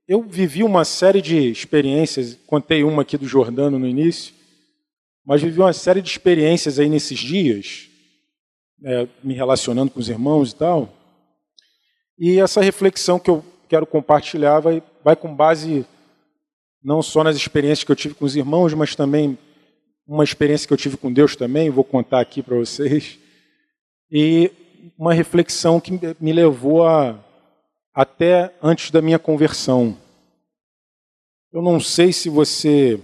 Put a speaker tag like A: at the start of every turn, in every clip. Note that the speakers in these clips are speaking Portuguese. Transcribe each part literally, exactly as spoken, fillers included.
A: eu vivi uma série de experiências, contei uma aqui do Jordano no início, mas vivi uma série de experiências aí nesses dias, é, me relacionando com os irmãos e tal, e essa reflexão que eu quero compartilhar vai, vai com base não só nas experiências que eu tive com os irmãos, mas também uma experiência que eu tive com Deus também, vou contar aqui para vocês, e uma reflexão que me levou a, até antes da minha conversão. Eu não sei se você,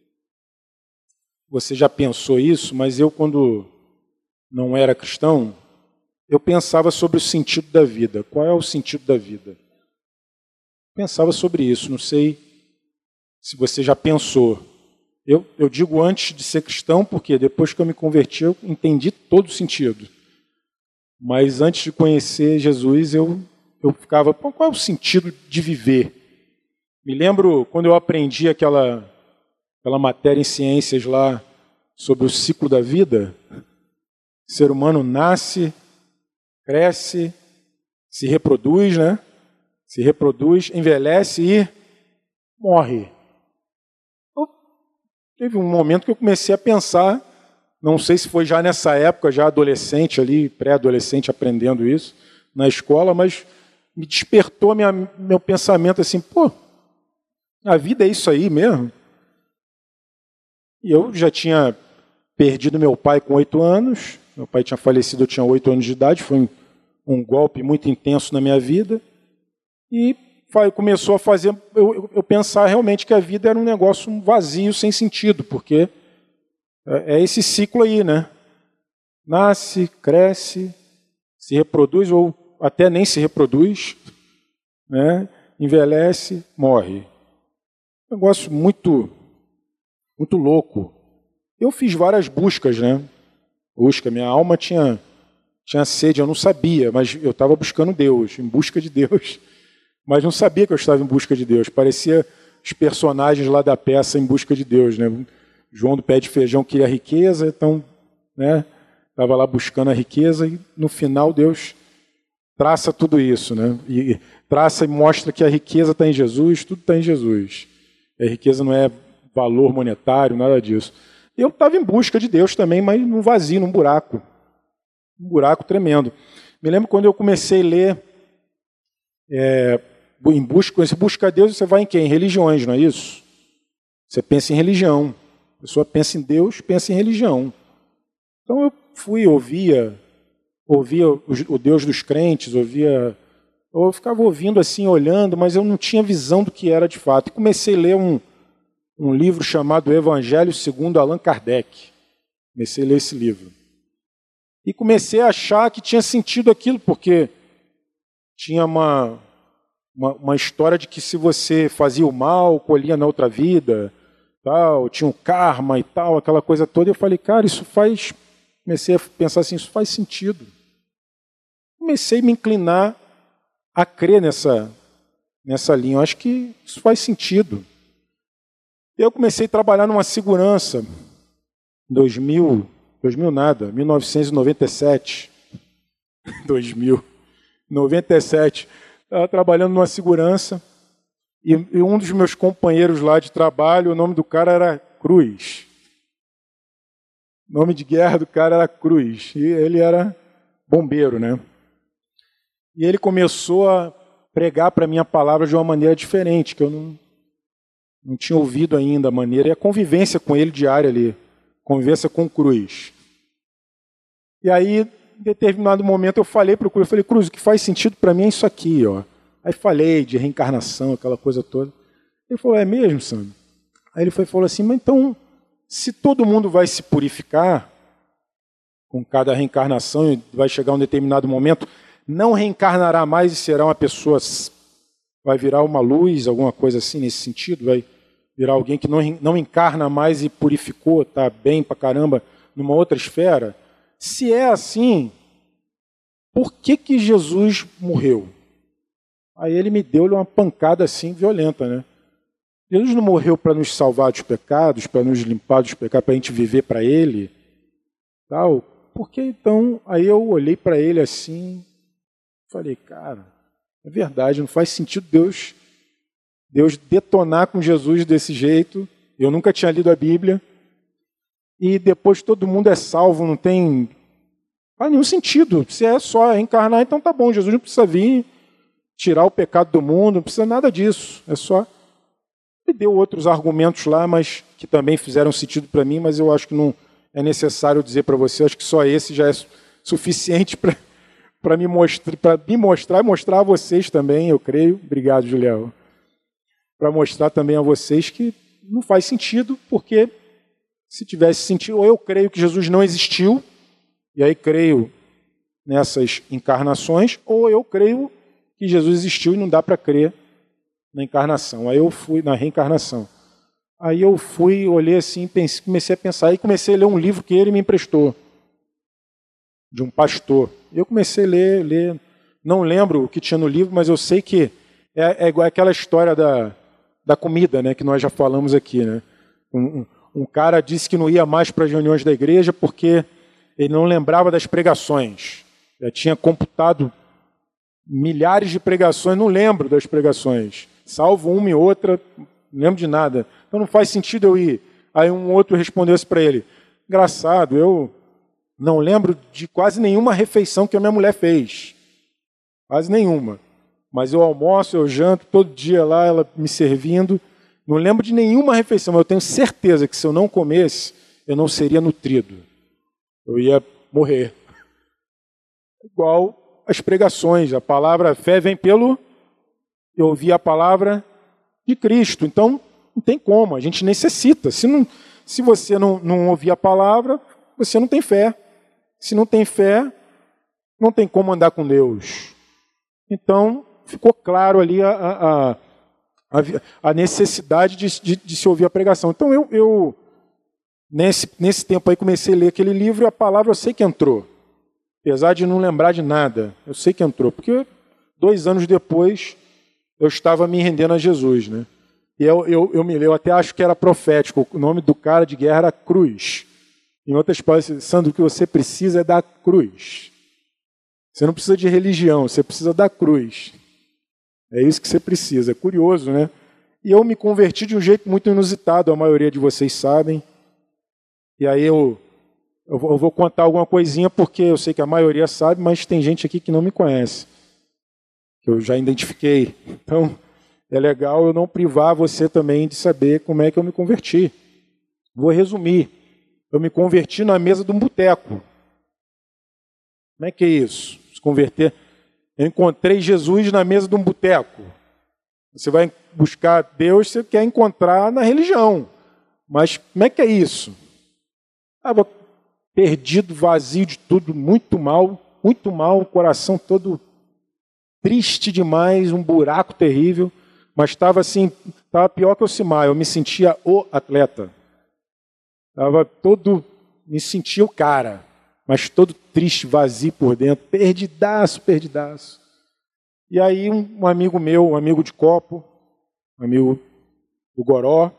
A: você já pensou isso, mas eu, quando não era cristão, eu pensava sobre o sentido da vida. Qual é o sentido da vida? Pensava sobre isso, não sei se você já pensou. Eu, eu digo antes de ser cristão, porque depois que eu me converti, eu entendi todo o sentido. Mas antes de conhecer Jesus, eu, eu ficava, qual é o sentido de viver? Me lembro quando eu aprendi aquela, aquela matéria em ciências lá sobre o ciclo da vida. O ser humano nasce, cresce, se reproduz, né? Se reproduz, envelhece e morre. Eu, teve um momento que eu comecei a pensar, não sei se foi já nessa época, já adolescente ali, pré-adolescente, aprendendo isso na escola, mas me despertou minha, meu pensamento assim, pô, a vida é isso aí mesmo? E eu já tinha perdido meu pai com oito anos, meu pai tinha falecido, eu tinha oito anos de idade, foi um, um golpe muito intenso na minha vida, e começou a fazer eu, eu, eu pensar realmente que a vida era um negócio vazio, sem sentido, porque é, é esse ciclo aí, né? Nasce, cresce, se reproduz, ou até nem se reproduz, né? Envelhece, morre. Um negócio muito, muito louco. Eu fiz várias buscas, né? Busca, minha alma tinha, tinha sede, eu não sabia, mas eu estava buscando Deus, em busca de Deus. Mas não sabia que eu estava em busca de Deus. Parecia os personagens lá da peça em busca de Deus, né? João do pé de feijão queria riqueza, então, né? Estava lá buscando a riqueza e no final Deus traça tudo isso, né? E traça e mostra que a riqueza está em Jesus, tudo está em Jesus. A riqueza não é valor monetário, nada disso. Eu estava em busca de Deus também, mas num vazio, num buraco. Um buraco tremendo. Me lembro quando eu comecei a ler, é, em busca, quando você busca Deus, você vai em quê? Em religiões, não é isso? Você pensa em religião. A pessoa pensa em Deus, pensa em religião. Então eu fui, ouvia, ouvia o Deus dos crentes, ouvia... Eu ficava ouvindo assim, olhando, mas eu não tinha visão do que era de fato. E comecei a ler um, um livro chamado Evangelho segundo Allan Kardec. Comecei a ler esse livro. E comecei a achar que tinha sentido aquilo, porque tinha uma, uma, uma história de que se você fazia o mal, colhia na outra vida, tal, tinha um karma e tal, aquela coisa toda. E eu falei, cara, isso faz... Comecei a pensar assim, isso faz sentido. Comecei a me inclinar a crer nessa, nessa linha. Eu acho que isso faz sentido. Eu comecei a trabalhar numa segurança em dois mil, dois mil nada, mil novecentos e noventa e sete. dois mil. noventa e sete. Estava trabalhando numa segurança e, e um dos meus companheiros lá de trabalho, o nome do cara era Cruz. O nome de guerra do cara era Cruz. E ele era bombeiro, né? E ele começou a pregar para mim a palavra de uma maneira diferente, que eu não, não tinha ouvido ainda a maneira, e a convivência com ele diária ali, convivência com o Cruz. E aí, em determinado momento, eu falei para o Cruz, eu falei, Cruz, o que faz sentido para mim é isso aqui, ó. Aí falei de reencarnação, aquela coisa toda. Ele falou, é mesmo, Sandro? Aí ele foi, falou assim, mas então, se todo mundo vai se purificar com cada reencarnação e vai chegar um determinado momento, não reencarnará mais e será uma pessoa, vai virar uma luz, alguma coisa assim nesse sentido, vai virar alguém que não, não encarna mais e purificou, está bem pra caramba, numa outra esfera. Se é assim, por que que Jesus morreu? Aí ele me deu uma pancada assim violenta, né? Jesus não morreu para nos salvar dos pecados, para nos limpar dos pecados, para a gente viver para Ele, tal. Por que então? Aí eu olhei para ele assim, falei, cara, é verdade, não faz sentido Deus Deus detonar com Jesus desse jeito. Eu nunca tinha lido a Bíblia. E depois todo mundo é salvo, não tem... faz nenhum sentido. Se é só reencarnar, então tá bom. Jesus não precisa vir tirar o pecado do mundo, não precisa nada disso. É só... Ele deu outros argumentos lá, mas que também fizeram sentido para mim, mas eu acho que não é necessário dizer para você. Eu acho que só esse já é suficiente para para me mostrar, para me mostrar e mostrar a vocês também, eu creio. Obrigado, Julião. Para mostrar também a vocês que não faz sentido, porque se tivesse sentido, ou eu creio que Jesus não existiu, e aí creio nessas encarnações, ou eu creio que Jesus existiu e não dá para crer na encarnação. Aí eu fui na reencarnação. Aí eu fui, olhei assim, pensei, comecei a pensar, e comecei a ler um livro que ele me emprestou, de um pastor. Eu comecei a ler, ler, não lembro o que tinha no livro, mas eu sei que é, é igual aquela história da, da comida, né, que nós já falamos aqui, né? Um, um, um cara disse que não ia mais para as reuniões da igreja porque ele não lembrava das pregações. Já tinha computado milhares de pregações, não lembro das pregações, salvo uma e outra, não lembro de nada. Então não faz sentido eu ir. Aí um outro respondeu assim para ele: engraçado, eu não lembro de quase nenhuma refeição que a minha mulher fez. Quase nenhuma. Mas eu almoço, eu janto, todo dia lá, ela me servindo. Não lembro de nenhuma refeição, mas eu tenho certeza que se eu não comesse, eu não seria nutrido. Eu ia morrer. Igual as pregações. A palavra fé vem pelo... Eu ouvi a palavra de Cristo. Então, não tem como, a gente necessita. Se, não, se você não, não ouvir a palavra, você não tem fé. Se não tem fé, não tem como andar com Deus. Então, ficou claro ali a, a, a, a necessidade de, de, de se ouvir a pregação. Então, eu, eu nesse, nesse tempo aí, comecei a ler aquele livro e a palavra eu sei que entrou. Apesar de não lembrar de nada, eu sei que entrou. Porque dois anos depois, eu estava me rendendo a Jesus, né? E eu, eu, eu me lembro, eu até acho que era profético. O nome do cara de guerra era Cruz. Em outras palavras, Sandro, o que você precisa é da cruz. Você não precisa de religião, você precisa da cruz. É isso que você precisa. É curioso, né? E eu me converti de um jeito muito inusitado, a maioria de vocês sabem. E aí eu, eu vou contar alguma coisinha, porque eu sei que a maioria sabe, mas tem gente aqui que não me conhece, que eu já identifiquei. Então, é legal eu não privar você também de saber como é que eu me converti. Vou resumir. Eu me converti na mesa de um boteco. Como é que é isso? Se converter. Eu encontrei Jesus na mesa de um boteco. Você vai buscar Deus, você quer encontrar na religião. Mas como é que é isso? Estava perdido, vazio de tudo, muito mal, muito mal, o coração todo triste demais, um buraco terrível. Mas estava assim, estava pior que o Simar, eu me sentia o atleta. Estava todo, me sentia o cara, mas todo triste, vazio por dentro, perdidaço, perdidaço. E aí um, um amigo meu, um amigo de copo, um amigo do Goró,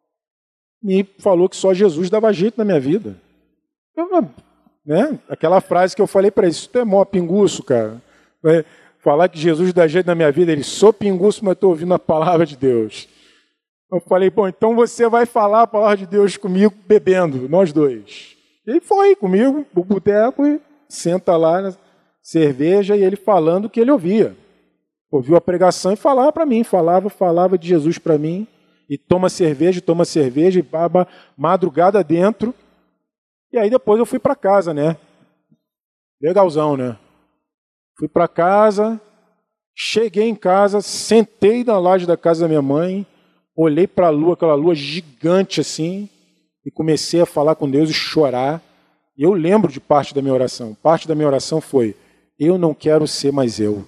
A: me falou que só Jesus dava jeito na minha vida. Eu, né? Aquela frase que eu falei para ele: isso é mó pinguço, cara. Vai falar que Jesus dá jeito na minha vida, ele: sou pinguço, mas estou ouvindo a palavra de Deus. Eu falei: bom, então você vai falar a palavra de Deus comigo bebendo, nós dois. Ele foi comigo pro boteco e senta lá na cerveja, e ele falando o que ele ouvia. Ouviu a pregação e falava para mim, falava, falava de Jesus para mim, e toma cerveja, toma cerveja, e baba, madrugada dentro. E aí depois eu fui para casa, né? Legalzão, né? Fui para casa, cheguei em casa, sentei na laje da casa da minha mãe, olhei para a lua, aquela lua gigante assim, e comecei a falar com Deus e chorar. E eu lembro de parte da minha oração. Parte da minha oração foi: eu não quero ser mais eu.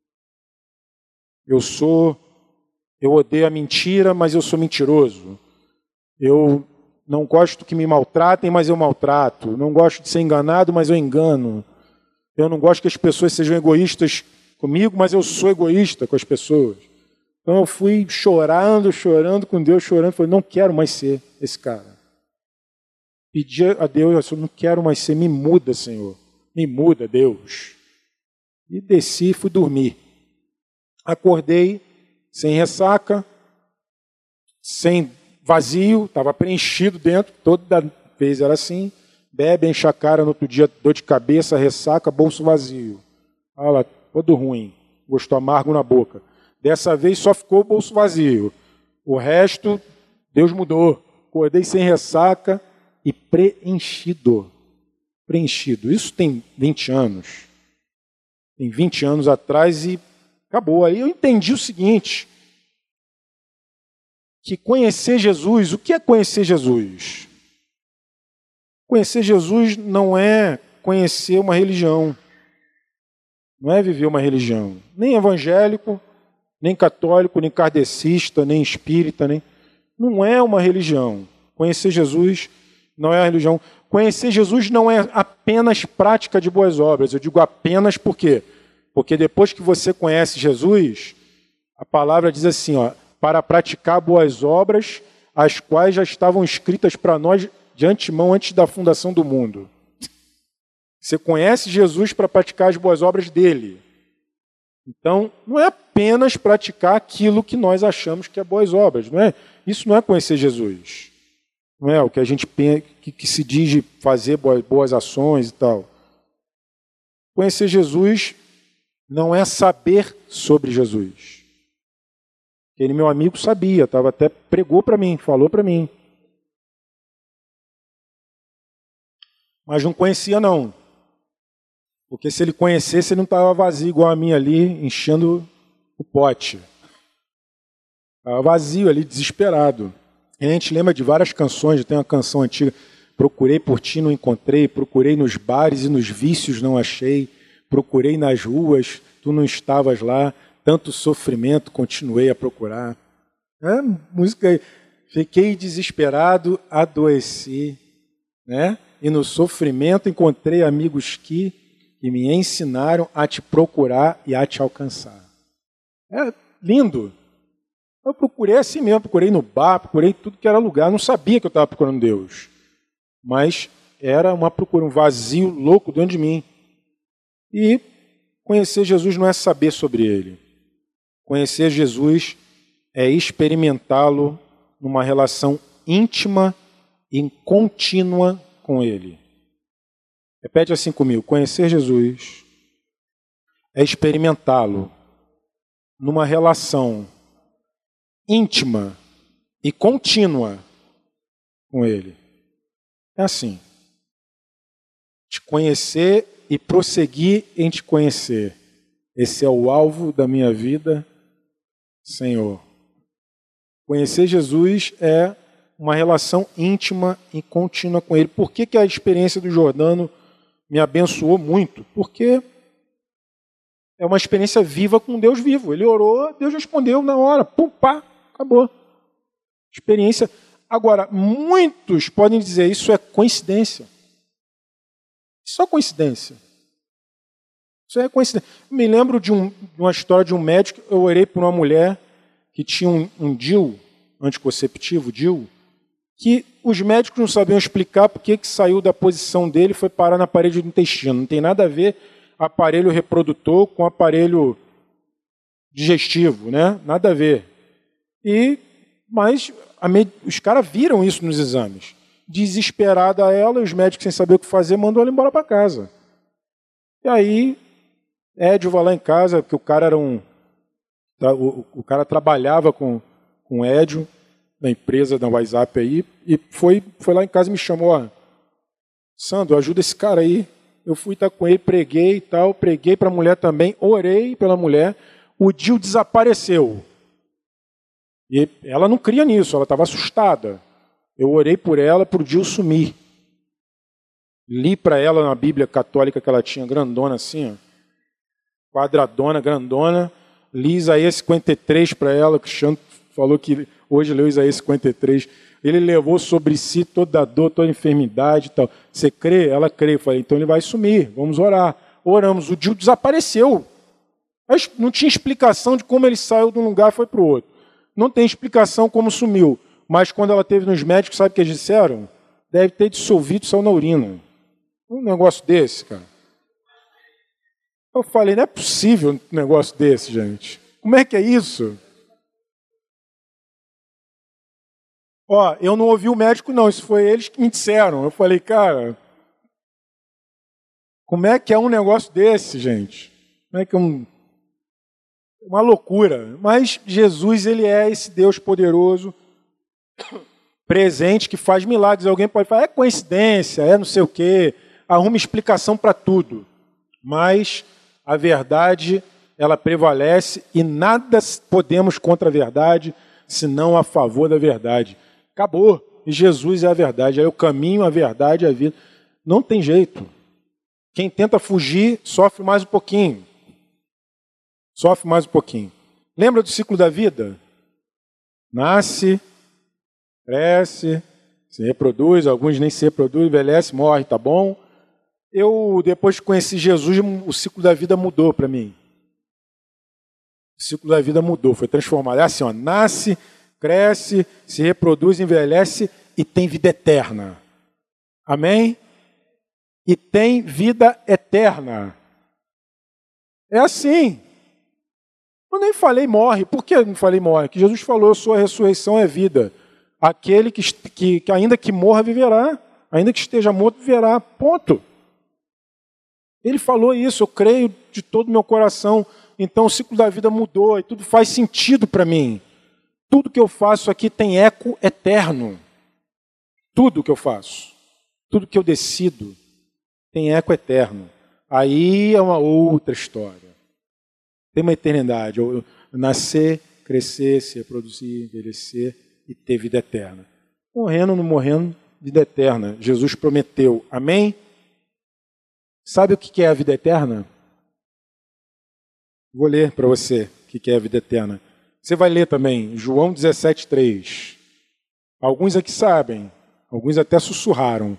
A: Eu sou, eu odeio a mentira, mas eu sou mentiroso. Eu não gosto que me maltratem, mas eu maltrato. Não gosto de ser enganado, mas eu engano. Eu não gosto que as pessoas sejam egoístas comigo, mas eu sou egoísta com as pessoas. Então eu fui chorando, chorando com Deus, chorando. Falei: não quero mais ser esse cara. Pedi a Deus: eu não quero mais ser, me muda, Senhor. Me muda, Deus. E desci e fui dormir. Acordei sem ressaca, sem vazio, estava preenchido dentro, toda vez era assim, bebe, enche a cara, no outro dia dor de cabeça, ressaca, bolso vazio. Olha lá, todo ruim, gosto amargo na boca. Dessa vez só ficou o bolso vazio. O resto, Deus mudou. Acordei sem ressaca e preenchido. Preenchido. Isso tem vinte anos. Tem vinte anos atrás e acabou. Aí eu entendi o seguinte, que conhecer Jesus, o que é conhecer Jesus? Conhecer Jesus não é conhecer uma religião. Não é viver uma religião. Nem evangélico, nem católico, nem kardecista, nem espírita, nem... Não é uma religião. Conhecer Jesus não é a religião. Conhecer Jesus não é apenas prática de boas obras. Eu digo apenas por quê? Porque depois que você conhece Jesus, a palavra diz assim, ó, para praticar boas obras, as quais já estavam escritas para nós de antemão, antes da fundação do mundo. Você conhece Jesus para praticar as boas obras dele. Então, não é apenas praticar aquilo que nós achamos que é boas obras, não é? Isso não é conhecer Jesus. Não é o que a gente que, que se diz de fazer boas, boas ações e tal. Conhecer Jesus não é saber sobre Jesus. Ele, meu amigo, sabia, tava, até pregou para mim, falou para mim. Mas não conhecia, não. Porque se ele conhecesse, ele não estava vazio igual a mim ali, enchendo o pote. Estava vazio ali, desesperado. E a gente lembra de várias canções, tem uma canção antiga, procurei por ti, não encontrei, procurei nos bares e nos vícios, não achei, procurei nas ruas, tu não estavas lá, tanto sofrimento, continuei a procurar. É, música, fiquei desesperado, adoeci, né? E no sofrimento encontrei amigos que, que me ensinaram a te procurar e a te alcançar. É lindo. Eu procurei assim mesmo, procurei no bar, procurei em tudo que era lugar, não sabia que eu estava procurando Deus. Mas era uma procura, um vazio louco dentro de mim. E conhecer Jesus não é saber sobre Ele. Conhecer Jesus é experimentá-lo numa relação íntima e contínua com Ele. Repete assim comigo, conhecer Jesus é experimentá-lo numa relação íntima e contínua com Ele. É assim. Te conhecer e prosseguir em te conhecer. Esse é o alvo da minha vida, Senhor. Conhecer Jesus é uma relação íntima e contínua com Ele. Por que que a experiência do Jordano me abençoou muito? Porque é uma experiência viva com Deus vivo. Ele orou, Deus respondeu na hora. Pum, pá, acabou. Experiência. Agora, muitos podem dizer isso é coincidência. Só coincidência. Isso é coincidência. Me lembro de, um, de uma história de um médico. Eu orei por uma mulher que tinha um, um D I U, anticonceptivo, D I U, que os médicos não sabiam explicar por que saiu da posição dele e foi parar na parede do intestino. Não tem nada a ver aparelho reprodutor com aparelho digestivo, né? Nada a ver. E, mas a med... os caras viram isso nos exames. Desesperada ela, os médicos sem saber o que fazer, mandou ela embora para casa. E aí, Édio vai lá em casa, porque o cara era um... O, o cara trabalhava com, com Édio, na empresa da WhatsApp aí, e foi, foi lá em casa e me chamou, ó, Sandro, ajuda esse cara aí. Eu fui estar com ele, preguei e tal, preguei para a mulher também, orei pela mulher, o D I U desapareceu. E ela não cria nisso, ela estava assustada. Eu orei por ela, para o D I U sumir. Li para ela na Bíblia católica que ela tinha, grandona assim, ó, quadradona, grandona. Li Isaías cinquenta e três para ela, o Cristiano falou que hoje leu Isaías cinquenta e três. Ele levou sobre si toda a dor, toda a enfermidade e tal. Você crê? Ela crê. Eu falei, então ele vai sumir, vamos orar. Oramos, o D I U desapareceu. Mas não tinha explicação de como ele saiu de um lugar e foi para o outro. Não tem explicação como sumiu. Mas quando ela teve nos médicos, sabe o que eles disseram? Deve ter dissolvido, saiu na urina. Um negócio desse, cara. Eu falei, não é possível um negócio desse, gente. Como é que é isso? Ó, eu não ouvi o médico, não. Isso foi eles que me disseram. Eu falei, cara, como é que é um negócio desse, gente? Como é que é um... uma loucura. Mas Jesus, ele é esse Deus poderoso, presente, que faz milagres. Alguém pode falar, é coincidência, é não sei o quê. Arruma explicação para tudo. Mas a verdade, ela prevalece e nada podemos contra a verdade, senão a favor da verdade. Acabou. E Jesus é a verdade. É o caminho, a verdade, a vida. Não tem jeito. Quem tenta fugir, sofre mais um pouquinho. Sofre mais um pouquinho. Lembra do ciclo da vida? Nasce, cresce, se reproduz, alguns nem se reproduzem, envelhece, morre, tá bom? Eu, depois que conheci Jesus, o ciclo da vida mudou para mim. O ciclo da vida mudou, foi transformado. É assim, ó, nasce, cresce, se reproduz, envelhece e tem vida eterna. Amém? E tem vida eterna. É assim. Eu nem falei morre. Por que eu não falei morre? Que Jesus falou, sua ressurreição é vida. Aquele que, que, que ainda que morra, viverá. Ainda que esteja morto, viverá. Ponto. Ele falou isso, eu creio de todo o meu coração. Então o ciclo da vida mudou e tudo faz sentido para mim. Tudo que eu faço aqui tem eco eterno. Tudo que eu faço, tudo que eu decido tem eco eterno. Aí é uma outra história. Tem uma eternidade. Eu nascer, crescer, se reproduzir, envelhecer e ter vida eterna. Morrendo, não morrendo, vida eterna. Jesus prometeu. Amém? Sabe o que é a vida eterna? Vou ler para você o que é a vida eterna. Você vai ler também, João dezessete, três. Alguns aqui sabem, alguns até sussurraram.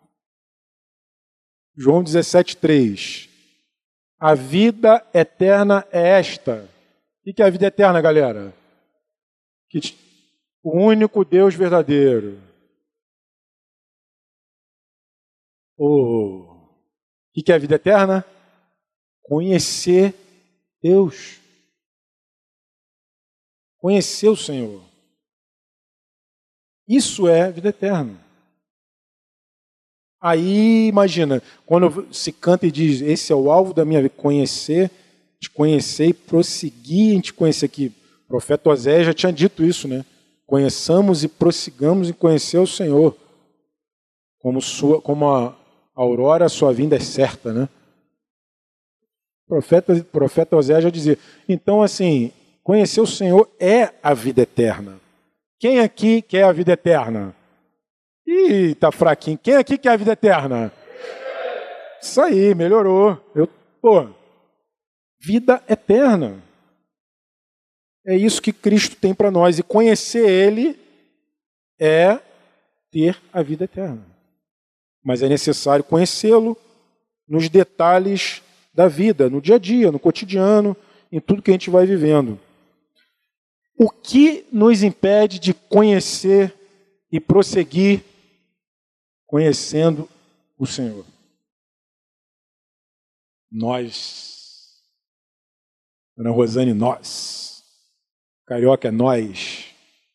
A: João dezessete, três. A vida eterna é esta. O que é a vida eterna, galera? Que o único Deus verdadeiro. Oh. O que é a vida eterna? Conhecer Deus. Conhecer o Senhor. Isso é vida eterna. Aí, imagina, quando se canta e diz, esse é o alvo da minha vida, conhecer, te conhecer e prosseguir em te conhecer. Aqui, o profeta Oséias já tinha dito isso, né? Conheçamos e prossigamos em conhecer o Senhor. Como, sua, como a aurora, a sua vinda é certa, né? O profeta, o profeta Oséias já dizia. Então, assim, conhecer o Senhor é a vida eterna. Quem aqui quer a vida eterna? Ih, tá fraquinho. Quem aqui quer a vida eterna? Isso aí, melhorou. Eu, pô, vida eterna. É isso que Cristo tem para nós. E conhecer Ele é ter a vida eterna. Mas é necessário conhecê-lo nos detalhes da vida, no dia a dia, no cotidiano, em tudo que a gente vai vivendo. O que nos impede de conhecer e prosseguir conhecendo o Senhor? Nós. Ana Rosane, nós. Carioca é nós.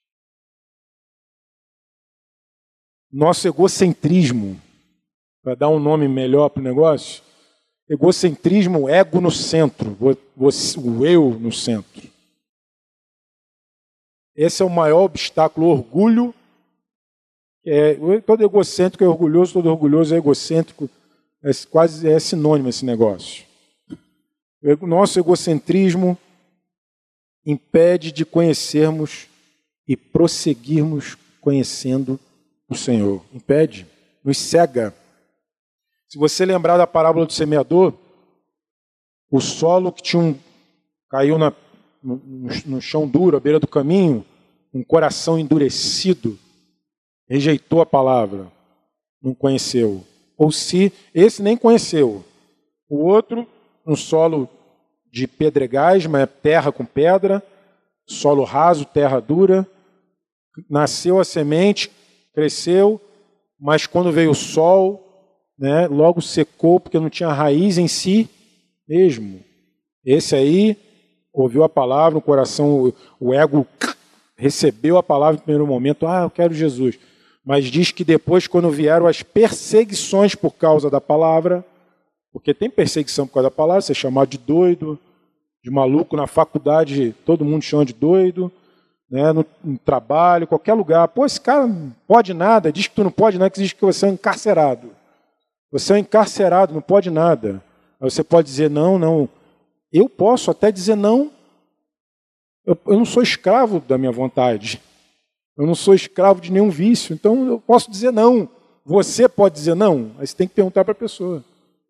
A: Nosso egocentrismo, para dar um nome melhor para o negócio, egocentrismo, ego no centro, o eu no centro. Esse é o maior obstáculo, o orgulho. É, todo egocêntrico é orgulhoso, todo orgulhoso é egocêntrico. É, quase é sinônimo esse negócio. O nosso egocentrismo impede de conhecermos e prosseguirmos conhecendo o Senhor. Impede, nos cega. Se você lembrar da parábola do semeador, o solo que tinha um, caiu na, no, no chão duro, à beira do caminho, um coração endurecido, rejeitou a palavra, não conheceu. Ou se esse nem conheceu. O outro, um solo de pedregais, mas terra com pedra, solo raso, terra dura, nasceu a semente, cresceu, mas quando veio o sol, né, logo secou, porque não tinha raiz em si mesmo. Esse aí ouviu a palavra, o coração, o ego recebeu a palavra no primeiro momento, ah, eu quero Jesus. Mas diz que depois, quando vieram as perseguições por causa da palavra, porque tem perseguição por causa da palavra, você é chamado de doido, de maluco na faculdade, todo mundo chama de doido, né, no, no trabalho, qualquer lugar. Pô, esse cara não pode nada, diz que tu não pode nada, que diz que você é um encarcerado. Você é um encarcerado, não pode nada. Aí você pode dizer, não, não. Eu posso até dizer não. Eu, eu não sou escravo da minha vontade. Eu não sou escravo de nenhum vício, então eu posso dizer não. Você pode dizer não? Aí você tem que perguntar para a pessoa.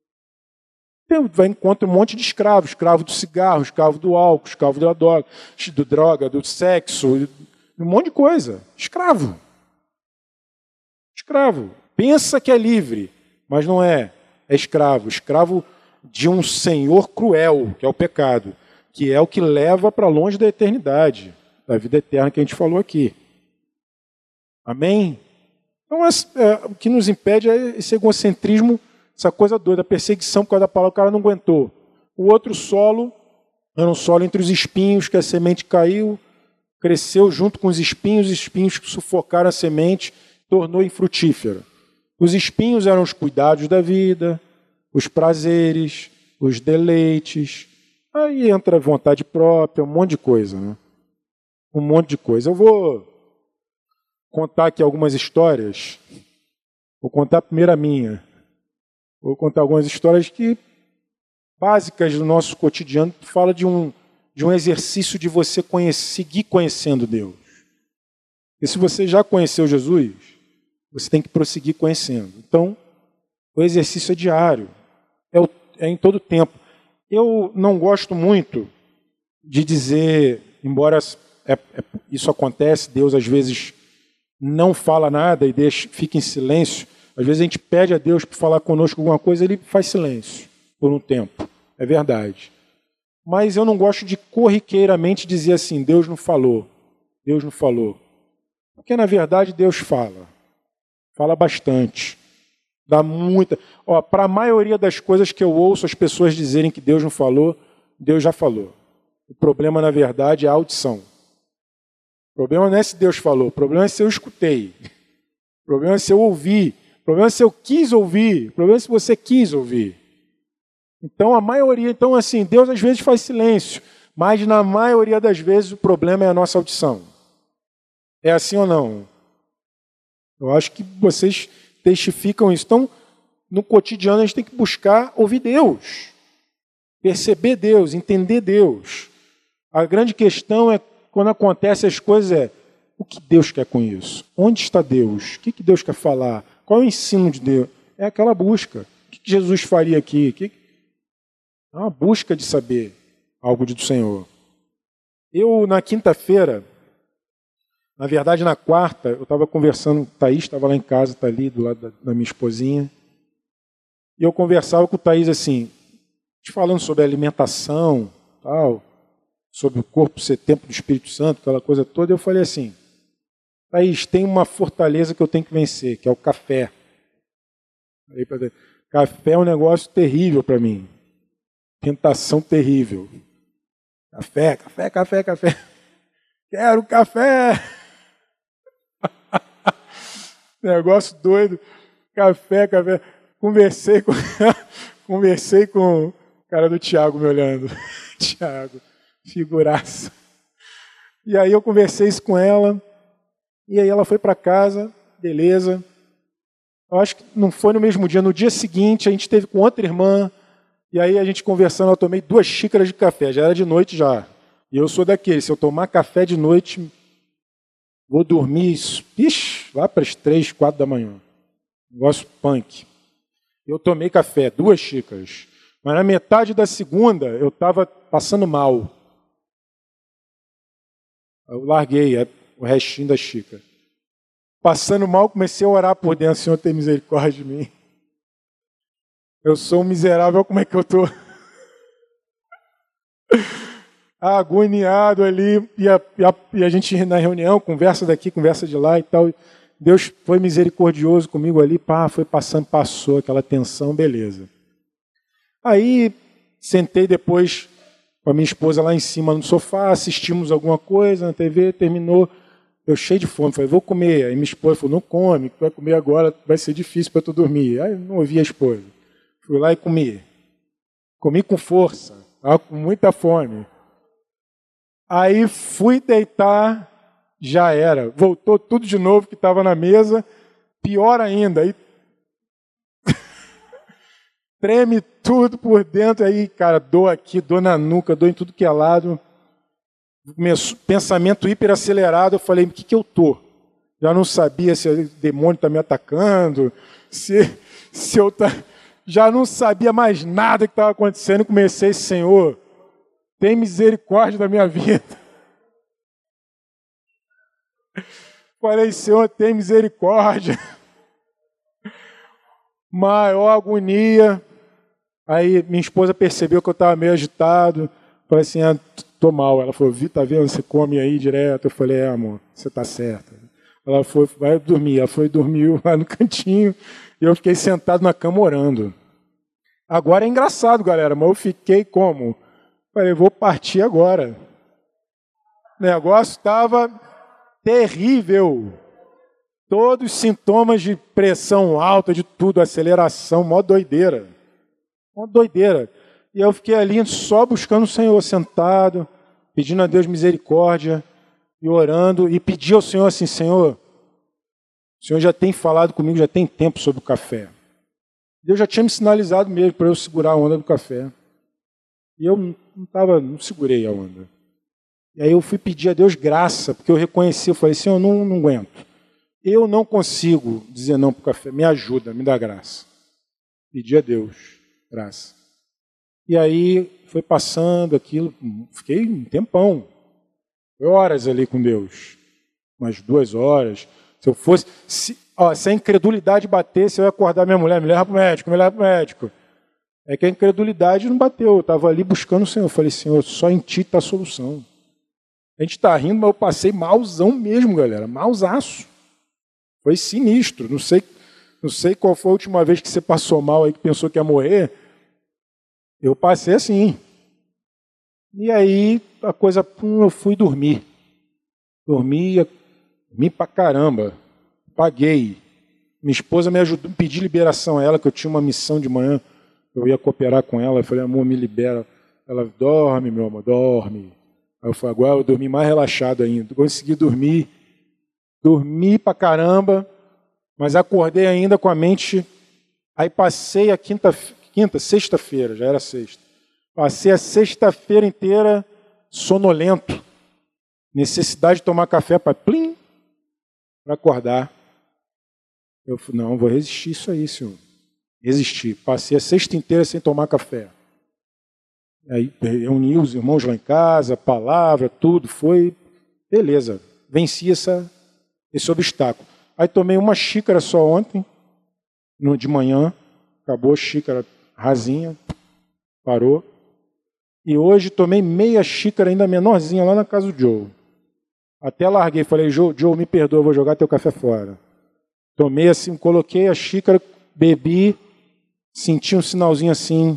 A: Vai encontrar um monte de escravos, escravo do cigarro, escravo do álcool, escravo da droga, do droga, do sexo, um monte de coisa. Escravo. Escravo. Pensa que é livre, mas não é. É escravo. Escravo de um senhor cruel, que é o pecado, que é o que leva para longe da eternidade, da vida eterna que a gente falou aqui. Amém? Então, é, o que nos impede é esse egocentrismo, essa coisa doida, a perseguição por causa da palavra, o cara não aguentou. O outro solo, era um solo entre os espinhos, que a semente caiu, cresceu junto com os espinhos, os espinhos que sufocaram a semente, tornou infrutífera. Os espinhos eram os cuidados da vida, os prazeres, os deleites. Aí entra a vontade própria, um monte de coisa, né? Um monte de coisa. Eu vou contar aqui algumas histórias. Vou contar primeiro a minha. Vou contar algumas histórias que, básicas do nosso cotidiano, que fala de um, de um exercício de você conhecer, seguir conhecendo Deus. E se você já conheceu Jesus, você tem que prosseguir conhecendo. Então, o exercício é diário, é, o, é em todo tempo. Eu não gosto muito de dizer, embora é, é, isso acontece, Deus às vezes não fala nada e deixa, fica em silêncio. Às vezes a gente pede a Deus para falar conosco alguma coisa, Ele faz silêncio por um tempo. É verdade. Mas eu não gosto de corriqueiramente dizer assim, Deus não falou, Deus não falou. Porque na verdade Deus fala. Fala bastante. Dá muita... Ó, para a maioria das coisas que eu ouço as pessoas dizerem que Deus não falou, Deus já falou. O problema, na verdade, é a audição. O problema não é se Deus falou, o problema é se eu escutei. O problema é se eu ouvi. O problema é se eu quis ouvir. O problema é se você quis ouvir. Então, a maioria... Então, assim, Deus às vezes faz silêncio, mas na maioria das vezes o problema é a nossa audição. É assim ou não? Eu acho que vocês testificam isso. Então, no cotidiano, a gente tem que buscar ouvir Deus, perceber Deus, entender Deus. A grande questão é, quando acontecem as coisas, é o que Deus quer com isso? Onde está Deus? O que Deus quer falar? Qual é o ensino de Deus? É aquela busca. O que Jesus faria aqui? É uma busca de saber algo do Senhor. Eu, na quinta-feira, na verdade, na quarta, eu estava conversando, Thaís estava lá em casa, está ali do lado da, da minha esposinha, e eu conversava com o Thaís assim, te falando sobre alimentação, tal, sobre o corpo ser templo do Espírito Santo, aquela coisa toda, eu falei assim, Thaís, tem uma fortaleza que eu tenho que vencer, que é o café. Falei pra Thaís, café é um negócio terrível para mim, tentação terrível. Café, café, café, café. Quero café! Negócio doido. Café, café. Conversei com, conversei com o cara do Tiago me olhando. Tiago, figuraça. E aí eu conversei isso com ela. E aí ela foi para casa, beleza. Eu acho que não foi no mesmo dia. No dia seguinte, a gente esteve com outra irmã. E aí a gente conversando, eu tomei duas xícaras de café. Já era de noite já. E eu sou daquele, se eu tomar café de noite, vou dormir, ixi, lá para as três, quatro da manhã. Negócio punk. Eu tomei café, duas xícaras. Mas na metade da segunda, eu estava passando mal. Eu larguei o restinho da xícara. Passando mal, comecei a orar por dentro, Senhor, tem misericórdia de mim. Eu sou um miserável, como é que eu estou? Agoniado ali, e a, e, a, e a gente na reunião, conversa daqui, conversa de lá e tal. Deus foi misericordioso comigo ali, pá, foi passando, passou aquela tensão, beleza. Aí, sentei depois com a minha esposa lá em cima no sofá, assistimos alguma coisa na T V, terminou. Eu cheio de fome, falei, vou comer. Aí minha esposa falou, não come, tu vai comer agora, vai ser difícil para tu dormir. Aí eu não ouvi a esposa. Fui lá e comi. Comi com força, tava com muita fome. Aí fui deitar, já era. Voltou tudo de novo que estava na mesa, pior ainda. Aí treme tudo por dentro, aí, cara, dor aqui, dor na nuca, dor em tudo que é lado. Pensamento hiperacelerado, eu falei, o que que eu tô? Já não sabia se o demônio está me atacando, se, se eu tá... já não sabia mais nada que estava acontecendo. Comecei, Senhor, tem misericórdia da minha vida. Falei, Senhor, tem misericórdia. Maior agonia. Aí minha esposa percebeu que eu estava meio agitado. Falei assim, ah, tô mal. Ela falou, Vi, tá vendo? Você come aí direto. Eu falei, é, amor, você tá certa. Ela foi, vai dormir. Ela foi dormir lá no cantinho e eu fiquei sentado na cama orando. Agora é engraçado, galera, mas eu fiquei como? Falei, vou partir agora. O negócio estava terrível. Todos os sintomas de pressão alta, de tudo, aceleração, mó doideira. Mó doideira. E eu fiquei ali só buscando o Senhor, sentado, pedindo a Deus misericórdia e orando. E pedi ao Senhor assim, Senhor, o Senhor já tem falado comigo, já tem tempo sobre o café. Deus já tinha me sinalizado mesmo para eu segurar a onda do café. E eu não, tava, não segurei a onda. E aí eu fui pedir a Deus graça, porque eu reconheci, eu falei, Senhor, eu não, não aguento. Eu não consigo dizer não para o café, me ajuda, me dá graça. Pedi a Deus graça. E aí foi passando aquilo, fiquei um tempão, foi horas ali com Deus, umas duas horas. Se eu fosse, se, ó, se a incredulidade batesse, eu ia acordar minha mulher, me leva para o médico, me leva para o médico. É que a incredulidade não bateu, eu estava ali buscando o Senhor. Eu falei, Senhor, só em Ti está a solução. A gente está rindo, mas eu passei malzão mesmo, galera, malzaço. Foi sinistro, não sei, não sei qual foi a última vez que você passou mal aí, que pensou que ia morrer. Eu passei assim. E aí, a coisa, pum, eu fui dormir. Dormia, dormi pra caramba. Paguei. Minha esposa me ajudou, pedi liberação a ela, que eu tinha uma missão de manhã. Eu ia cooperar com ela. Eu falei, amor, me libera. Ela, dorme, meu amor, dorme. Aí eu falei, agora eu dormi mais relaxado ainda. Consegui dormir. Dormi pra caramba, mas acordei ainda com a mente. Aí passei a quinta, quinta sexta-feira, já era sexta. Passei a sexta-feira inteira sonolento. Necessidade de tomar café para plim, para acordar. Eu falei, não, vou resistir isso aí, Senhor. Resisti. Passei a sexta inteira sem tomar café. Aí reuni os irmãos lá em casa, palavra, tudo, foi. Beleza, venci essa. esse obstáculo. Aí tomei uma xícara só ontem, no, de manhã, acabou a xícara rasinha, parou. E hoje tomei meia xícara ainda menorzinha lá na casa do Joe. Até larguei, falei, Joe, Joe, me perdoa, eu vou jogar teu café fora. Tomei assim, coloquei a xícara, bebi, senti um sinalzinho assim.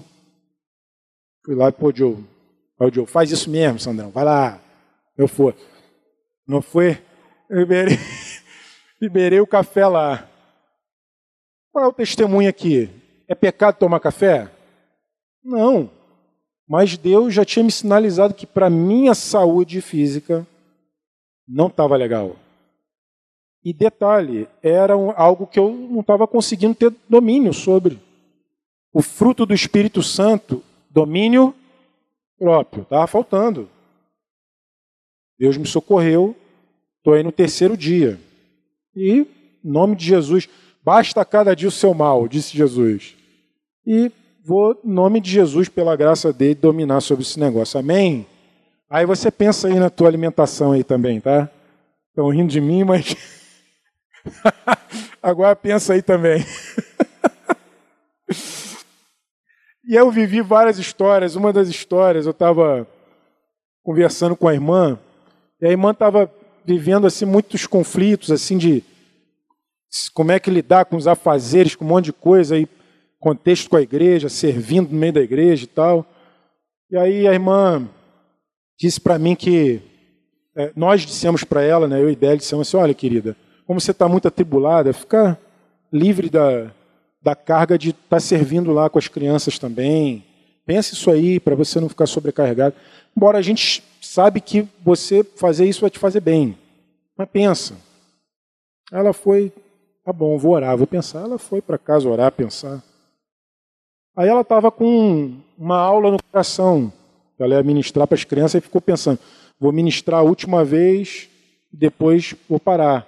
A: Fui lá e pô, Joe, aí o Joe, faz isso mesmo, Sandrão, vai lá. Eu fui. Não foi? Eu liberei, liberei o café lá. Qual é o testemunho aqui? É pecado tomar café? Não. Mas Deus já tinha me sinalizado que para minha saúde física não estava legal. E detalhe, era um, algo que eu não estava conseguindo ter domínio sobre. O fruto do Espírito Santo, domínio próprio, estava faltando. Deus me socorreu. Estou aí no terceiro dia. E, em nome de Jesus, basta cada dia o seu mal, disse Jesus. E vou, em nome de Jesus, pela graça dele, dominar sobre esse negócio. Amém? Aí você pensa aí na tua alimentação aí também, tá? Estão rindo de mim, mas... Agora pensa aí também. E eu vivi várias histórias. Uma das histórias, eu estava conversando com a irmã, e a irmã estava vivendo assim muitos conflitos assim de como é que lidar com os afazeres, com um monte de coisa aí, contexto com a igreja, servindo no meio da igreja e tal. E aí a irmã disse para mim que é, nós dissemos para ela, né, eu e Délia, dissemos assim, olha, querida, como você está muito atribulada, fica livre da, da carga de estar tá servindo lá com as crianças também. Pensa isso aí, para você não ficar sobrecarregado. Embora a gente sabe que você fazer isso vai te fazer bem. Mas pensa. Ela foi, tá bom, vou orar, vou pensar. Ela foi para casa orar, pensar. Aí ela estava com uma aula no coração. Ela ia ministrar para as crianças e ficou pensando, vou ministrar a última vez e depois vou parar.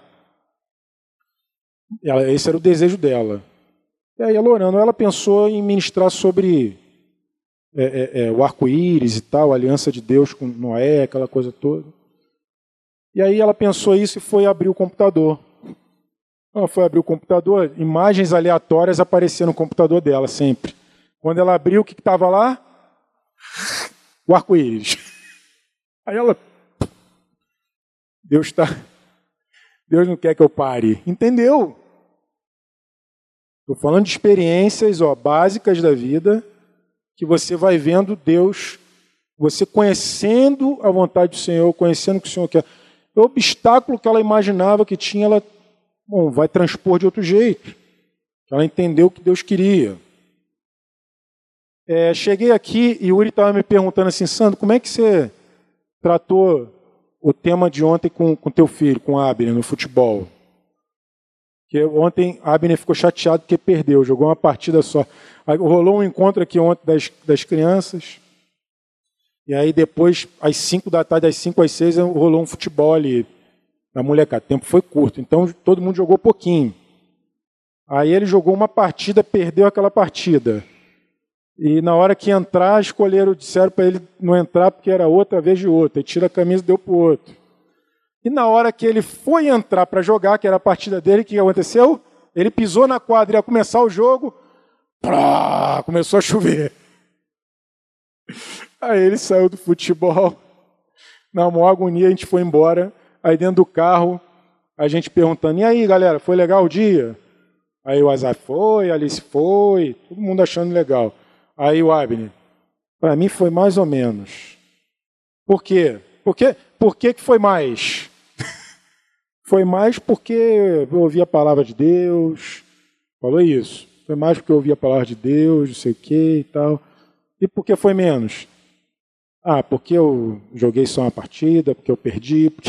A: Ela, esse era o desejo dela. E aí ela orando, ela pensou em ministrar sobre é, é, é, o arco-íris e tal, a aliança de Deus com Noé, aquela coisa toda. E aí ela pensou isso e foi abrir o computador. Ela foi abrir o computador, imagens aleatórias apareciam no computador dela sempre. Quando ela abriu, o que estava lá? O arco-íris. Aí ela... Deus está... Deus não quer que eu pare. Entendeu? Estou falando de experiências ó, básicas da vida, que você vai vendo Deus, você conhecendo a vontade do Senhor, conhecendo o que o Senhor quer. O obstáculo que ela imaginava que tinha, ela bom, vai transpor de outro jeito. Ela entendeu o que Deus queria. É, cheguei aqui e o Uri estava me perguntando assim, Sandro, como é que você tratou o tema de ontem com o teu filho, com a Abner, no futebol? Porque ontem a Abner ficou chateado porque perdeu, jogou uma partida só. Aí rolou um encontro aqui ontem das, das crianças, e aí depois, às cinco da tarde, às cinco às seis, rolou um futebol ali, da molecada. O tempo foi curto, então todo mundo jogou pouquinho. Aí ele jogou uma partida, perdeu aquela partida. E na hora que entrar, escolheram, disseram para ele não entrar porque era outra vez de outra. Ele tira a camisa e deu para o outro. E na hora que ele foi entrar para jogar, que era a partida dele, o que aconteceu? Ele pisou na quadra e ia começar o jogo, prá, começou a chover. Aí ele saiu do futebol, na maior agonia a gente foi embora. Aí dentro do carro, a gente perguntando, e aí galera, foi legal o dia? Aí o Azar foi, a Alice foi, todo mundo achando legal. Aí o Abner, para mim foi mais ou menos. Por quê? Por quê? Por que que foi mais? Foi mais porque eu ouvi a palavra de Deus, falou isso. Foi mais porque eu ouvi a palavra de Deus, não sei o que e tal. E por que foi menos? Ah, porque eu joguei só uma partida, porque eu perdi. Porque...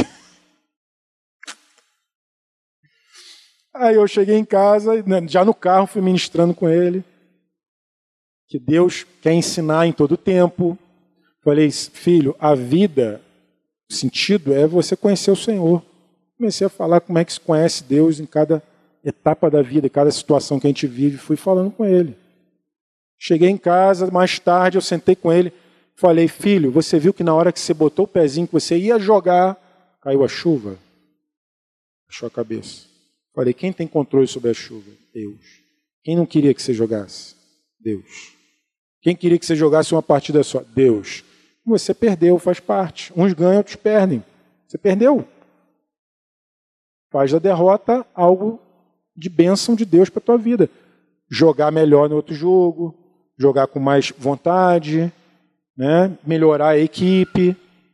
A: Aí eu cheguei em casa, já no carro, fui ministrando com ele, que Deus quer ensinar em todo tempo. Falei, filho, a vida, o sentido é você conhecer o Senhor. Comecei a falar como é que se conhece Deus em cada etapa da vida, em cada situação que a gente vive, fui falando com ele. Cheguei em casa, mais tarde eu sentei com ele, falei, filho, você viu que na hora que você botou o pezinho, que você ia jogar, caiu a chuva? Baixou a cabeça. Falei, quem tem controle sobre a chuva? Deus. Quem não queria que você jogasse? Deus. Quem queria que você jogasse uma partida só? Deus. Você perdeu, faz parte. Uns ganham, outros perdem. Você perdeu. Faz da derrota algo de bênção de Deus para a tua vida. Jogar melhor no outro jogo, jogar com mais vontade, né? Melhorar a equipe.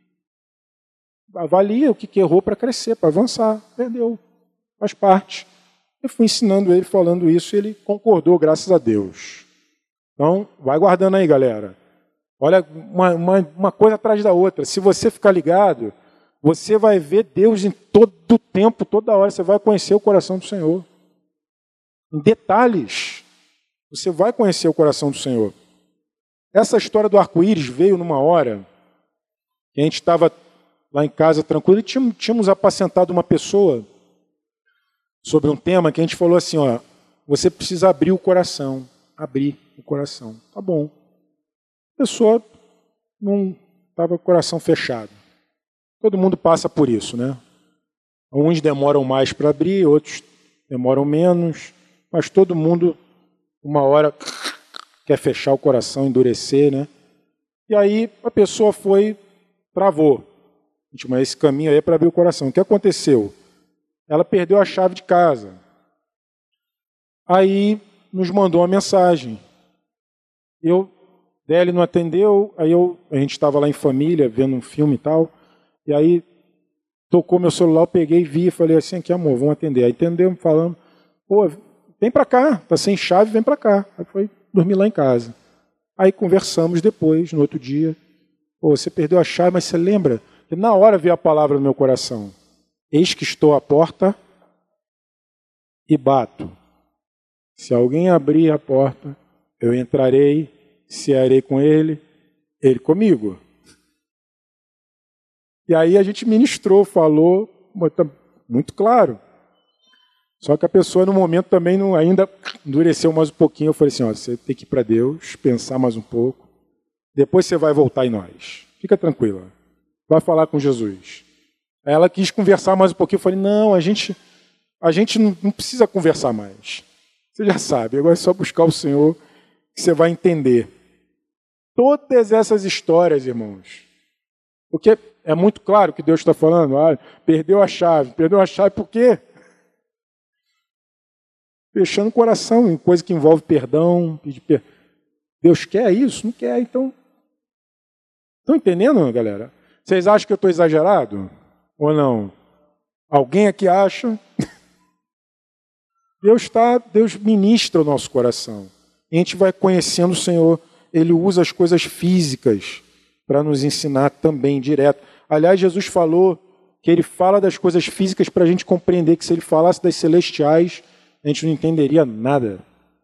A: Avalia o que, que errou para crescer, para avançar. Perdeu. Faz parte. Eu fui ensinando ele, falando isso, e ele concordou, graças a Deus. Então, vai guardando aí, galera. Olha, uma, uma, uma coisa atrás da outra. Se você ficar ligado, você vai ver Deus em todo o tempo, toda hora. Você vai conhecer o coração do Senhor. Em detalhes, você vai conhecer o coração do Senhor. Essa história do arco-íris veio numa hora que a gente estava lá em casa tranquilo e tínhamos, tínhamos apacentado uma pessoa sobre um tema que a gente falou assim, ó, você precisa abrir o coração. Abrir o coração. Tá bom. A pessoa não estava com o coração fechado. Todo mundo passa por isso, né? Uns demoram mais para abrir, outros demoram menos, mas todo mundo, uma hora, quer fechar o coração, endurecer, né? E aí a pessoa foi, travou. A gente, mas esse caminho aí é para abrir o coração. O que aconteceu? Ela perdeu a chave de casa. Aí nos mandou uma mensagem. Eu, Délio não atendeu, aí eu, a gente estava lá em família, vendo um filme e tal, e aí tocou meu celular, eu peguei e vi, falei assim, aqui amor, vamos atender. Aí atendemos, falando, pô, vem para cá, tá sem chave, vem para cá. Aí foi dormir lá em casa. Aí conversamos depois, no outro dia, pô, você perdeu a chave, mas você lembra? Que na hora veio a palavra no meu coração, eis que estou à porta e bato. Se alguém abrir a porta, eu entrarei, cearei com ele, ele comigo. E aí a gente ministrou, falou, muito claro. Só que a pessoa no momento também não, ainda endureceu mais um pouquinho. Eu falei assim, ó, você tem que ir para Deus, pensar mais um pouco, depois você vai voltar em nós. Fica tranquila, vai falar com Jesus. Aí ela quis conversar mais um pouquinho, eu falei, não, a gente, a gente não, não precisa conversar mais. Você já sabe, agora é só buscar o Senhor que você vai entender. Todas essas histórias, irmãos, porque é muito claro que Deus está falando, ah, perdeu a chave, perdeu a chave por quê? Fechando o coração em coisa que envolve perdão. Pedir per... Deus quer isso? Não quer, então. Estão entendendo, galera? Vocês acham que eu estou exagerado? Ou não? Alguém aqui acha? Deus está, Deus ministra o nosso coração. E a gente vai conhecendo o Senhor. Ele usa as coisas físicas para nos ensinar também direto. Aliás, Jesus falou que ele fala das coisas físicas para a gente compreender que se ele falasse das celestiais, a gente não entenderia nada.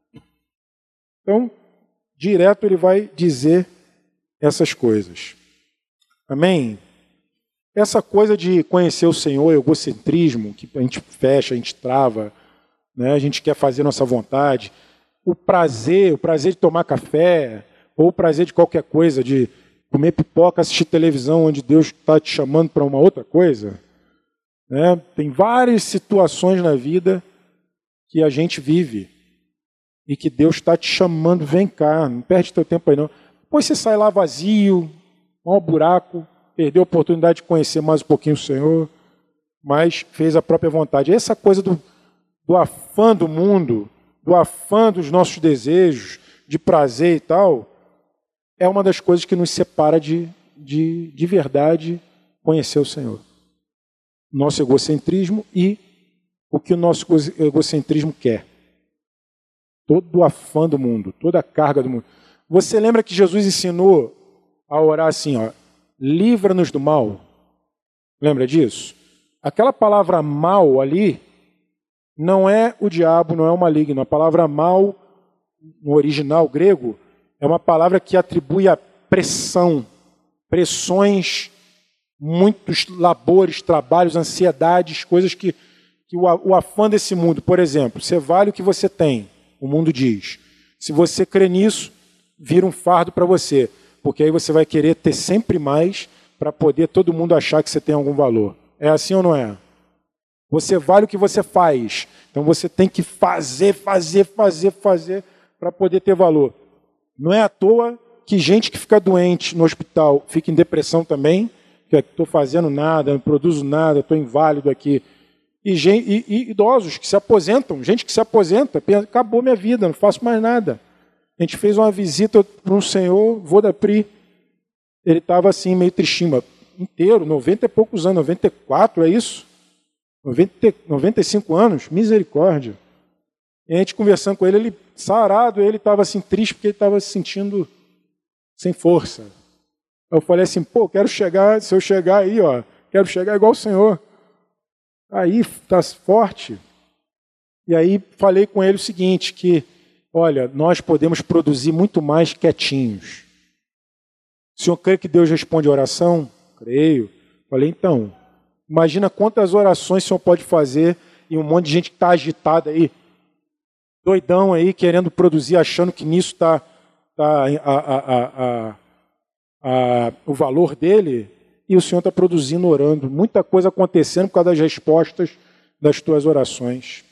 A: Então, direto ele vai dizer essas coisas. Amém? Essa coisa de conhecer o Senhor, egocentrismo, que a gente fecha, a gente trava, né? A gente quer fazer nossa vontade. O prazer, o prazer de tomar café, ou o prazer de qualquer coisa, de comer pipoca, assistir televisão, onde Deus está te chamando para uma outra coisa. Né? Tem várias situações na vida que a gente vive e que Deus está te chamando, vem cá, não perde teu tempo aí não. Depois você sai lá vazio, mau buraco, perdeu a oportunidade de conhecer mais um pouquinho o Senhor, mas fez a própria vontade. Essa coisa do, do afã do mundo, do afã dos nossos desejos, de prazer e tal, é uma das coisas que nos separa de, de, de verdade conhecer o Senhor. Nosso egocentrismo e o que o nosso egocentrismo quer. Todo o afã do mundo, toda a carga do mundo. Você lembra que Jesus ensinou a orar assim, ó, livra-nos do mal? Lembra disso? Aquela palavra mal ali não é o diabo, não é o maligno. A palavra mal, no original grego, é uma palavra que atribui a pressão, pressões, muitos labores, trabalhos, ansiedades, coisas que que o, o afã desse mundo, por exemplo, você vale o que você tem, o mundo diz. Se você crê nisso, vira um fardo para você, porque aí você vai querer ter sempre mais para poder todo mundo achar que você tem algum valor. É assim ou não é? Você vale o que você faz, então você tem que fazer, fazer, fazer, fazer para poder ter valor. Não é à toa que gente que fica doente no hospital fica em depressão também, que estou fazendo nada, não produzo nada, estou inválido aqui. E, e, e idosos que se aposentam, gente que se aposenta, pensa, acabou minha vida, não faço mais nada. A gente fez uma visita para um senhor, vô da Pri, ele estava assim, meio tristinho, inteiro, noventa e poucos anos, noventa e quatro, é isso? noventa, noventa e cinco anos, misericórdia. E a gente conversando com ele, ele sarado, ele estava assim, triste, porque ele estava se sentindo sem força. Eu falei assim, pô, quero chegar, se eu chegar aí, ó, quero chegar igual o Senhor. Aí está forte. E aí falei com ele o seguinte, que, olha, nós podemos produzir muito mais quietinhos. O senhor crê que Deus responde a oração? Creio. Falei, então, imagina quantas orações o senhor pode fazer e um monte de gente que está agitada aí, doidão aí, querendo produzir, achando que nisso está tá a, a, a, a, a, o valor dele. E o Senhor está produzindo, orando. Muita coisa acontecendo por causa das respostas das tuas orações.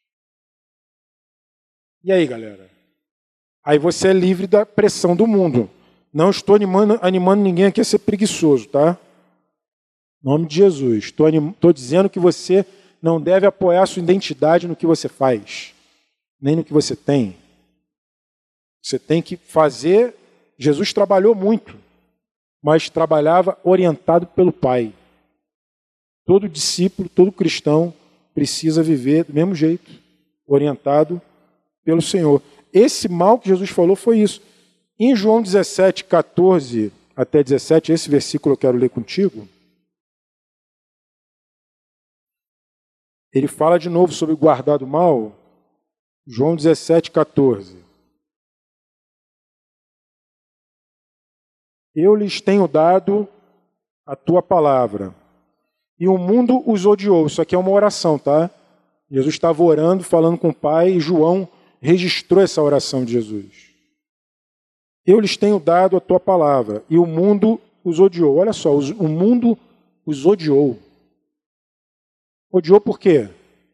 A: E aí, galera? Aí você é livre da pressão do mundo. Não estou animando, animando ninguém aqui a ser preguiçoso, tá? Em nome de Jesus. Estou, anim, estou dizendo que você não deve apoiar a sua identidade no que você faz, nem no que você tem. Você tem que fazer... Jesus trabalhou muito, mas trabalhava orientado pelo Pai. Todo discípulo, todo cristão precisa viver do mesmo jeito, orientado pelo Senhor. Esse mal que Jesus falou foi isso. Em João dezessete, quatorze até dezessete, esse versículo eu quero ler contigo. Ele fala de novo sobre guardar do mal. João dezessete, quatorze. Eu lhes tenho dado a tua palavra, e o mundo os odiou. Isso aqui é uma oração, tá? Jesus estava orando, falando com o Pai, e João registrou essa oração de Jesus. Eu lhes tenho dado a tua palavra, e o mundo os odiou. Olha só, os, o mundo os odiou. Odiou por quê?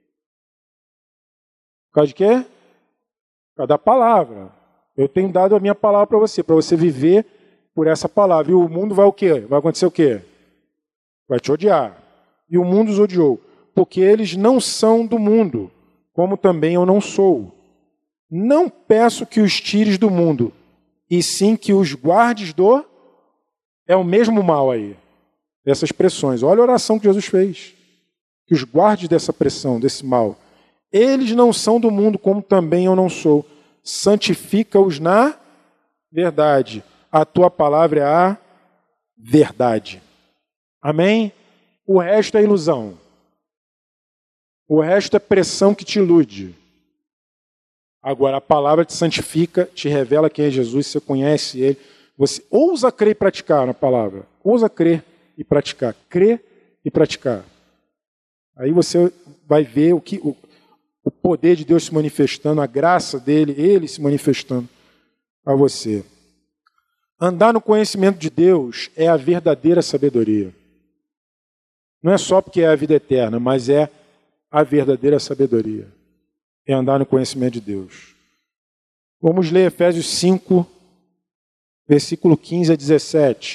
A: Por causa de quê? Por causa da palavra. Eu tenho dado a minha palavra para você, para você viver por essa palavra. E o mundo vai o quê? Vai acontecer o quê? Vai te odiar. E o mundo os odiou, porque eles não são do mundo, como também eu não sou. Não peço que os tires do mundo, e sim que os guardes do... É o mesmo mal aí, dessas pressões. Olha a oração que Jesus fez. Que os guardes dessa pressão, desse mal. Eles não são do mundo, como também eu não sou. Santifica-os na verdade. A tua palavra é a verdade. Amém? O resto é ilusão. O resto é pressão que te ilude. Agora, a palavra te santifica, te revela quem é Jesus, você conhece Ele. Você ousa crer e praticar na palavra. Ousa crer e praticar. Crer e praticar. Aí você vai ver o, que, o, o poder de Deus se manifestando, a graça dele, Ele se manifestando a você. Andar no conhecimento de Deus é a verdadeira sabedoria. Não é só porque é a vida eterna, mas é a verdadeira sabedoria. É andar no conhecimento de Deus. Vamos ler Efésios cinco, versículo quinze a dezessete.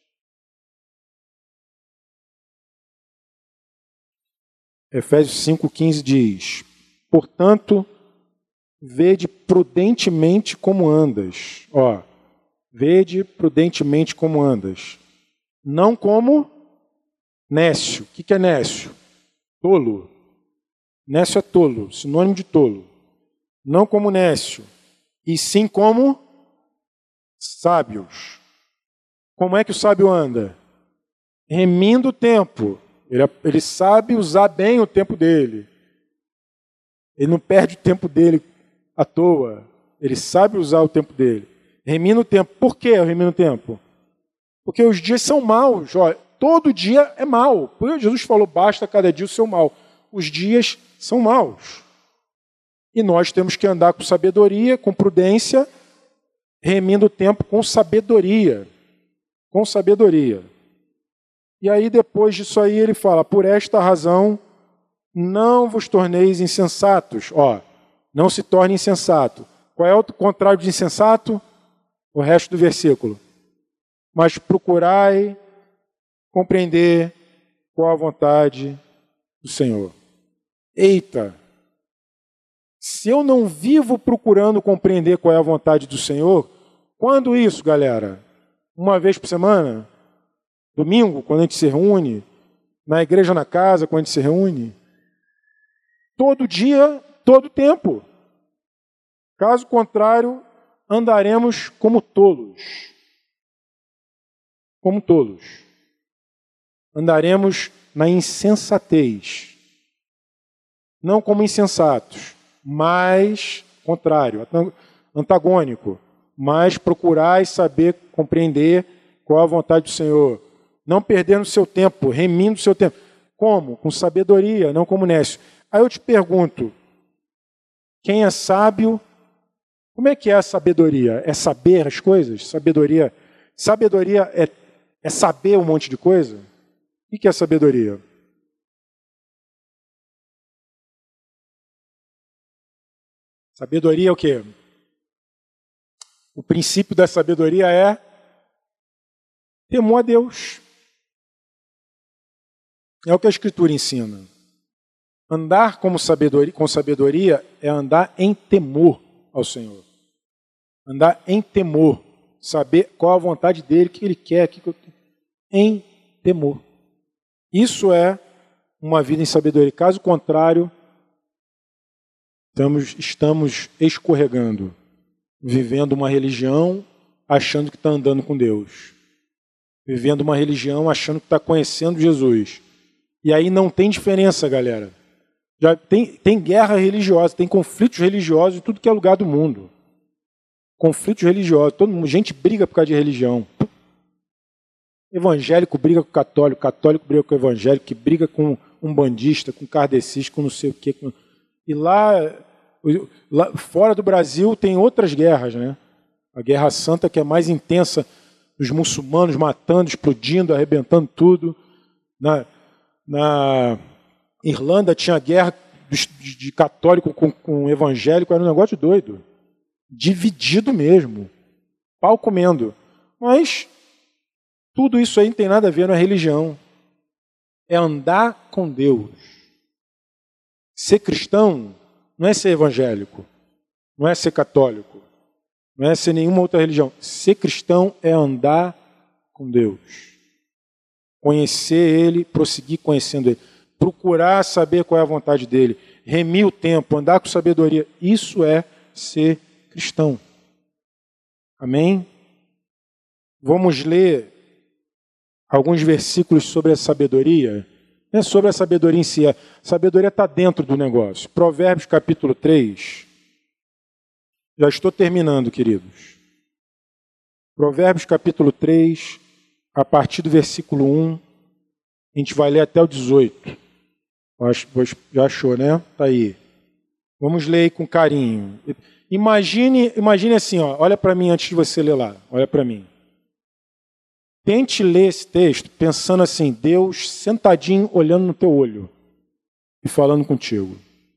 A: Efésios cinco, quinze diz: portanto, vede prudentemente como andas. Ó, vede prudentemente como andas. Não como nécio. O que é nécio? Tolo. Nécio é tolo, sinônimo de tolo. Não como nécio, e sim como sábios. Como é que o sábio anda? Remindo o tempo. Ele, ele sabe usar bem o tempo dele. Ele não perde o tempo dele à toa. Ele sabe usar o tempo dele. Remindo o tempo. Por que eu remino o tempo? Porque os dias são maus. Ó, todo dia é mau. Por isso Jesus falou, basta cada dia o seu mal. Os dias são maus. E nós temos que andar com sabedoria, com prudência, remindo o tempo com sabedoria. Com sabedoria. E aí, depois disso aí, ele fala, por esta razão, não vos torneis insensatos. Ó, não se torne insensato. Qual é o contrário de insensato? O resto do versículo. Mas procurai compreender qual a vontade do Senhor. Eita! Se eu não vivo procurando compreender qual é a vontade do Senhor, quando isso, galera? Uma vez por semana? Domingo, quando a gente se reúne? Na igreja, na casa, quando a gente se reúne? Todo dia, todo tempo. Caso contrário, andaremos como tolos. Como tolos. Andaremos na insensatez. Não como insensatos, mas contrário, antagônico. Mas procurai saber, compreender qual a vontade do Senhor. Não perdendo seu tempo, remindo seu tempo. Como? Com sabedoria, não como nécio. Aí eu te pergunto, quem é sábio, como é que é a sabedoria? É saber as coisas? Sabedoria, sabedoria é, é saber um monte de coisa? O que é sabedoria? Sabedoria é o quê? O princípio da sabedoria é temor a Deus. É o que a Escritura ensina. Andar como sabedoria, com sabedoria é andar em temor ao Senhor. Andar em temor. Saber qual a vontade dele, o que ele quer. O que eu... Em temor. Isso é uma vida em sabedoria. Caso contrário, estamos, estamos escorregando, vivendo uma religião, achando que está andando com Deus. Vivendo uma religião, achando que está conhecendo Jesus. E aí não tem diferença, galera. Já tem, tem guerra religiosa, tem conflitos religiosos em tudo que é lugar do mundo. Conflitos religiosos, todo mundo, gente briga por causa de religião. Evangélico briga com católico, católico briga com evangélico, que briga com um bandista, com kardecista, com não sei o quê. Com... E lá, lá fora do Brasil tem outras guerras, né? A Guerra Santa, que é mais intensa, os muçulmanos matando, explodindo, arrebentando tudo. Na, na Irlanda tinha guerra de, de católico com, com evangélico, era um negócio doido. Dividido mesmo. Pau comendo. Mas tudo isso aí não tem nada a ver na religião. É andar com Deus. Ser cristão não é ser evangélico, não é ser católico, não é ser nenhuma outra religião. Ser cristão é andar com Deus. Conhecer Ele, prosseguir conhecendo Ele. Procurar saber qual é a vontade dEle. Remir o tempo, andar com sabedoria. Isso é ser cristão. Amém? Vamos ler alguns versículos sobre a sabedoria. Não é sobre a sabedoria em si. A sabedoria está dentro do negócio. Provérbios capítulo três. Já estou terminando, queridos. Provérbios capítulo três, a partir do versículo um, a gente vai ler até o dezoito. Acho, já achou, né? Está aí. Vamos ler aí com carinho. Imagine, imagine assim, ó, olha para mim antes de você ler lá. Olha para mim. Tente ler esse texto pensando assim, Deus sentadinho, olhando no teu olho e falando contigo.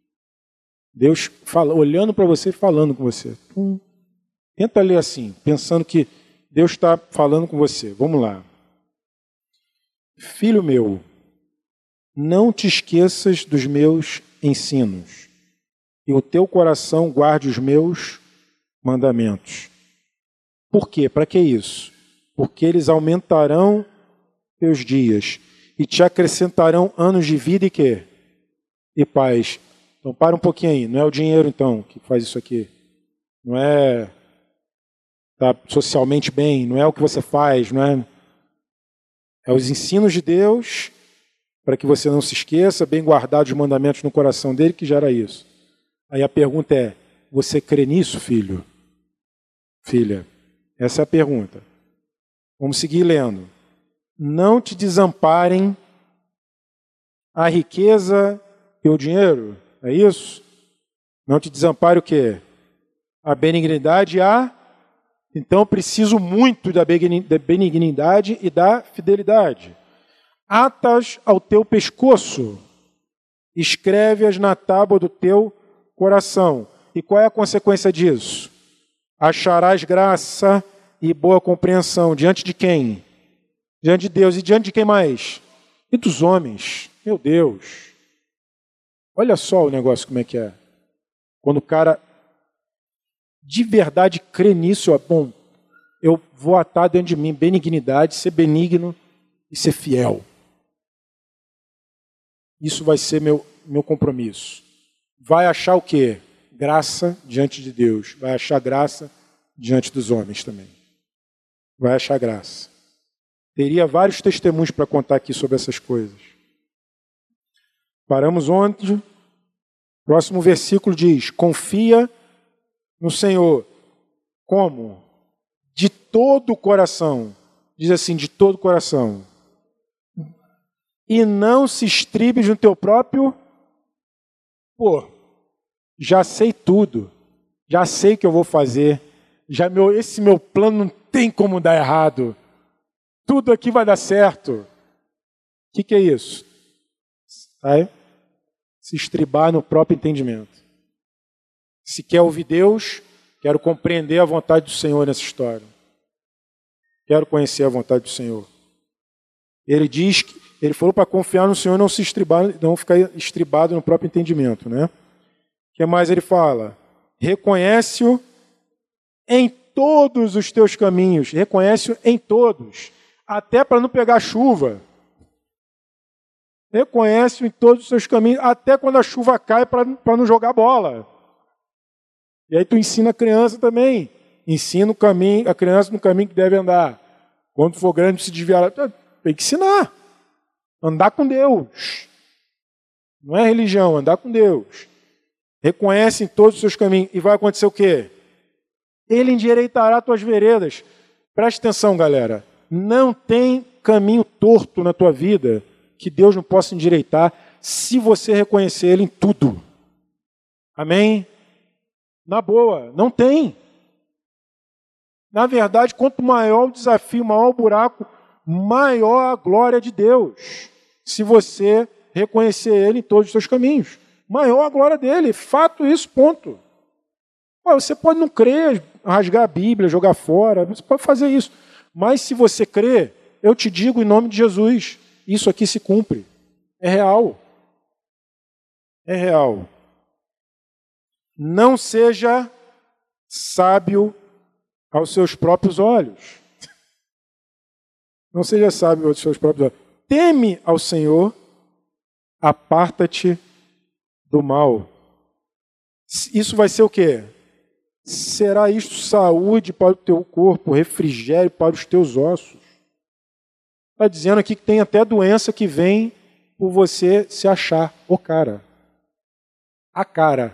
A: Deus fala, olhando para você e falando com você. Hum. Tenta ler assim, pensando que Deus está falando com você. Vamos lá. Filho meu, não te esqueças dos meus ensinos, e o teu coração guarde os meus mandamentos. Por quê? Para que isso? Porque eles aumentarão teus dias e te acrescentarão anos de vida e quê? E paz. Então para um pouquinho aí. Não é o dinheiro então que faz isso aqui. Não é estar socialmente bem, não é o que você faz, não é... É os ensinos de Deus para que você não se esqueça, bem guardar os mandamentos no coração dele que gera isso. Aí a pergunta é, você crê nisso, filho? Filha? Essa é a pergunta. Vamos seguir lendo. Não te desamparem a riqueza e o dinheiro. É isso? Não te desampare o quê? A benignidade e a... Então eu preciso muito da benignidade e da fidelidade. Atas ao teu pescoço, escreve-as na tábua do teu coração. E qual é a consequência disso? Acharás graça e boa compreensão. Diante de quem? Diante de Deus. E diante de quem mais? E dos homens. Meu Deus. Olha só o negócio como é que é. Quando o cara de verdade crê nisso, ó, bom, eu vou atar dentro de mim benignidade, ser benigno e ser fiel. Isso vai ser meu, meu compromisso. Vai achar o quê? Graça diante de Deus. Vai achar graça diante dos homens também. Vai achar graça. Teria vários testemunhos para contar aqui sobre essas coisas. Paramos onde? Próximo versículo diz, confia no Senhor. Como? De todo o coração. Diz assim, de todo o coração. E não se estribes no teu próprio... Pô, já sei tudo. Já sei o que eu vou fazer. Já meu, esse meu plano não tem como dar errado. Tudo aqui vai dar certo. O que, que é isso? Vai se estribar no próprio entendimento. Se quer ouvir Deus, quero compreender a vontade do Senhor nessa história. Quero conhecer a vontade do Senhor. Ele diz que ele falou para confiar no Senhor e não se estribar, não ficar estribado no próprio entendimento, né? O que mais ele fala? Reconhece-o em todos os teus caminhos. Reconhece-o em todos. Até para não pegar chuva. Reconhece-o em todos os seus caminhos, até quando a chuva cai para não jogar bola. E aí tu ensina a criança também. Ensina o caminho, a criança no caminho que deve andar. Quando for grande, se desviar. Tem que ensinar. Andar com Deus. Não é religião, andar com Deus. Reconhece em todos os seus caminhos. E vai acontecer o quê? Ele endireitará tuas veredas. Preste atenção, galera. Não tem caminho torto na tua vida que Deus não possa endireitar se você reconhecer Ele em tudo. Amém? Na boa, não tem. Na verdade, quanto maior o desafio, maior o buraco, maior a glória de Deus. Se você reconhecer Ele em todos os seus caminhos. Maior a glória dele. Fato isso, ponto. Você pode não crer, rasgar a Bíblia, jogar fora. Você pode fazer isso. Mas se você crer, eu te digo em nome de Jesus, isso aqui se cumpre. É real. É real. Não seja sábio aos seus próprios olhos. Não seja sábio aos seus próprios olhos. Teme ao Senhor, aparta-te do mal. Isso vai ser o quê? Será isto saúde para o teu corpo, refrigério para os teus ossos. Está dizendo aqui que tem até doença que vem por você se achar o cara. A cara.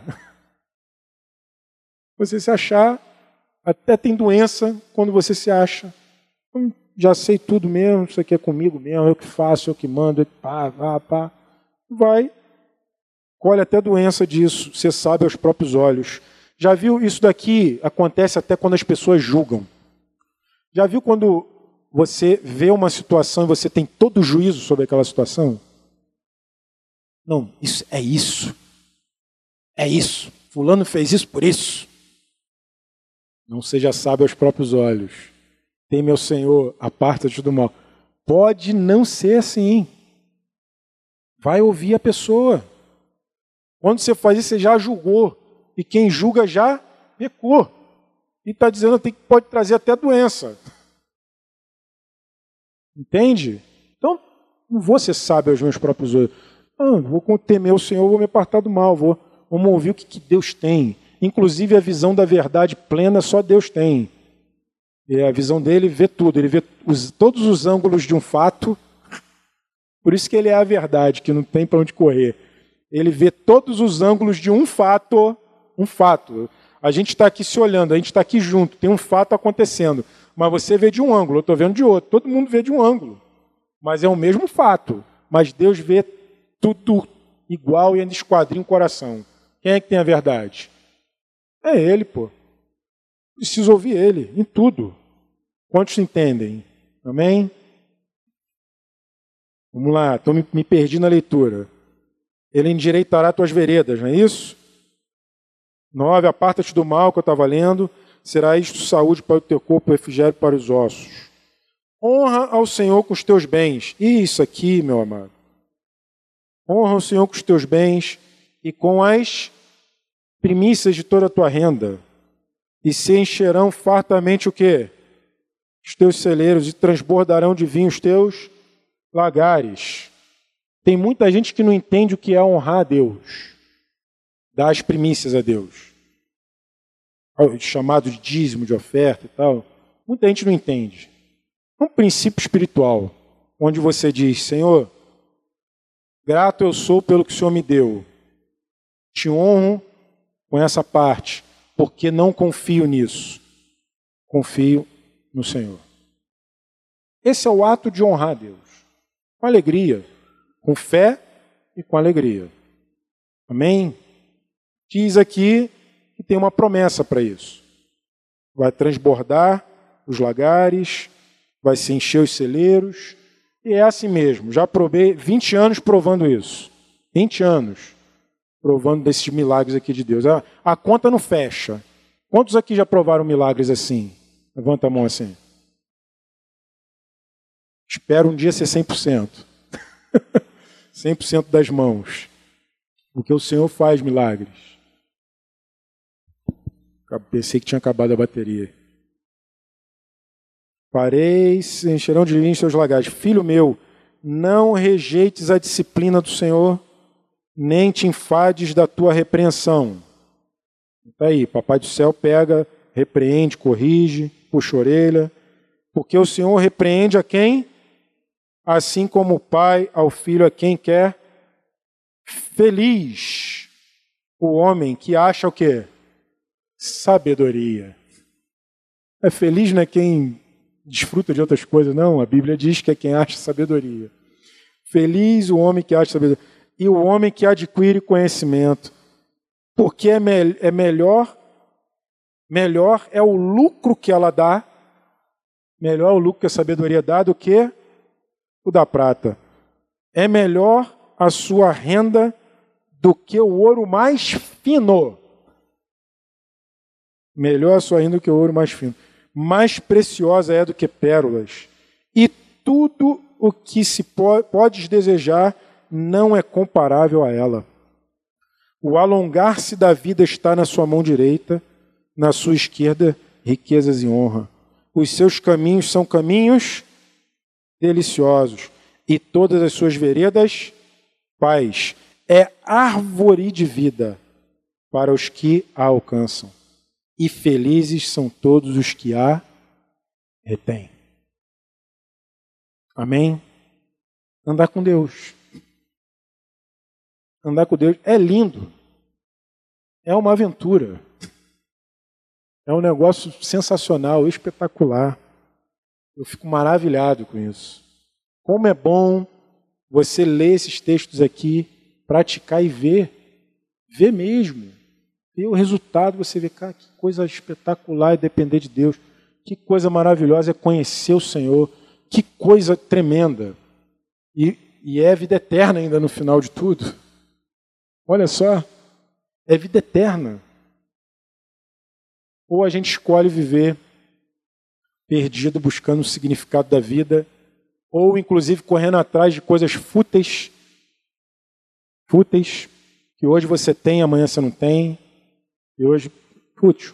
A: Você se achar, até tem doença quando você se acha. Já sei tudo mesmo, isso aqui é comigo mesmo, eu que faço, eu que mando, eu que pá, pá, pá. Vai, colhe até doença disso, você sabe aos próprios olhos. Já viu isso daqui? Acontece até quando as pessoas julgam. Já viu quando você vê uma situação e você tem todo o juízo sobre aquela situação? Não, isso é isso. É isso. Fulano fez isso por isso. Não seja sábio aos próprios olhos. Teme ao Senhor, aparta-te do mal. Pode não ser assim. Vai ouvir a pessoa. Quando você faz isso, você já julgou. E quem julga já pecou. E está dizendo que pode trazer até doença. Entende? Então, não vou ser sábio aos meus próprios olhos. Não, vou temer o Senhor, vou me apartar do mal. Vou, vamos ouvir o que, que Deus tem. Inclusive a visão da verdade plena só Deus tem. E a visão dele vê tudo. Ele vê os, todos os ângulos de um fato. Por isso que ele é a verdade, que não tem para onde correr. Ele vê todos os ângulos de um fato. Um fato. A gente está aqui se olhando, a gente está aqui junto, tem um fato acontecendo. Mas você vê de um ângulo, eu estou vendo de outro. Todo mundo vê de um ângulo. Mas é o mesmo fato. Mas Deus vê tudo igual e ainda esquadrinha o coração. Quem é que tem a verdade? É Ele, pô. Preciso ouvir Ele em tudo. Quantos entendem? Amém? Vamos lá, tô me, me perdi na leitura. Ele endireitará tuas veredas, não é isso? Nove, aparta-te do mal que eu estava lendo, será isto saúde para o teu corpo, refrigério para os ossos. Honra ao Senhor com os teus bens. E isso aqui, meu amado. Honra ao Senhor com os teus bens e com as primícias de toda a tua renda. E se encherão fartamente o quê? Os teus celeiros e transbordarão de vinho os teus lagares. Tem muita gente que não entende o que é honrar a Deus. Dar as primícias a Deus. Chamado de dízimo, de oferta e tal. Muita gente não entende. É um princípio espiritual, onde você diz, Senhor, grato eu sou pelo que o Senhor me deu. Te honro com essa parte, porque não confio nisso. Confio no Senhor. Esse é o ato de honrar a Deus. Com alegria, com fé e com alegria. Amém? Diz aqui que tem uma promessa para isso. Vai transbordar os lagares, vai se encher os celeiros, e é assim mesmo. Já provei vinte anos provando isso. vinte anos provando desses milagres aqui de Deus. A, a conta não fecha. Quantos aqui já provaram milagres assim? Levanta a mão assim. Espero um dia ser cem por cento. cem por cento das mãos. Porque o Senhor faz milagres. Pensei que tinha acabado a bateria. Parei, se encherão de vinho seus lagares. Filho meu, não rejeites a disciplina do Senhor, nem te enfades da tua repreensão. Está aí, Papai do Céu pega, repreende, corrige, puxa a orelha, porque o Senhor repreende a quem? Assim como o Pai ao Filho a quem quer. Feliz o homem que acha o quê? Sabedoria. É feliz não é quem desfruta de outras coisas, não. A Bíblia diz que é quem acha sabedoria. Feliz o homem que acha sabedoria. E o homem que adquire conhecimento. Porque é, me é melhor, melhor é o lucro que ela dá, melhor é o lucro que a sabedoria dá do que o da prata. É melhor a sua renda do que o ouro mais fino. Melhor a sua renda do que o ouro mais fino. Mais preciosa é do que pérolas. E tudo o que se po podes desejar não é comparável a ela. O alongar-se da vida está na sua mão direita, na sua esquerda, riquezas e honra. Os seus caminhos são caminhos deliciosos, e todas as suas veredas, paz. É árvore de vida para os que a alcançam. E felizes são todos os que a retêm. Amém? Andar com Deus. Andar com Deus é lindo. É uma aventura. É um negócio sensacional, espetacular. Eu fico maravilhado com isso. Como é bom você ler esses textos aqui, praticar e ver. Ver mesmo. Ver o resultado, você vê, cara, que coisa espetacular é depender de Deus. Que coisa maravilhosa é conhecer o Senhor. Que coisa tremenda. E, e é vida eterna ainda no final de tudo. Olha só, é vida eterna. Ou a gente escolhe viver perdido, buscando o significado da vida, ou inclusive correndo atrás de coisas fúteis, fúteis, que hoje você tem, amanhã você não tem, e hoje, fútil.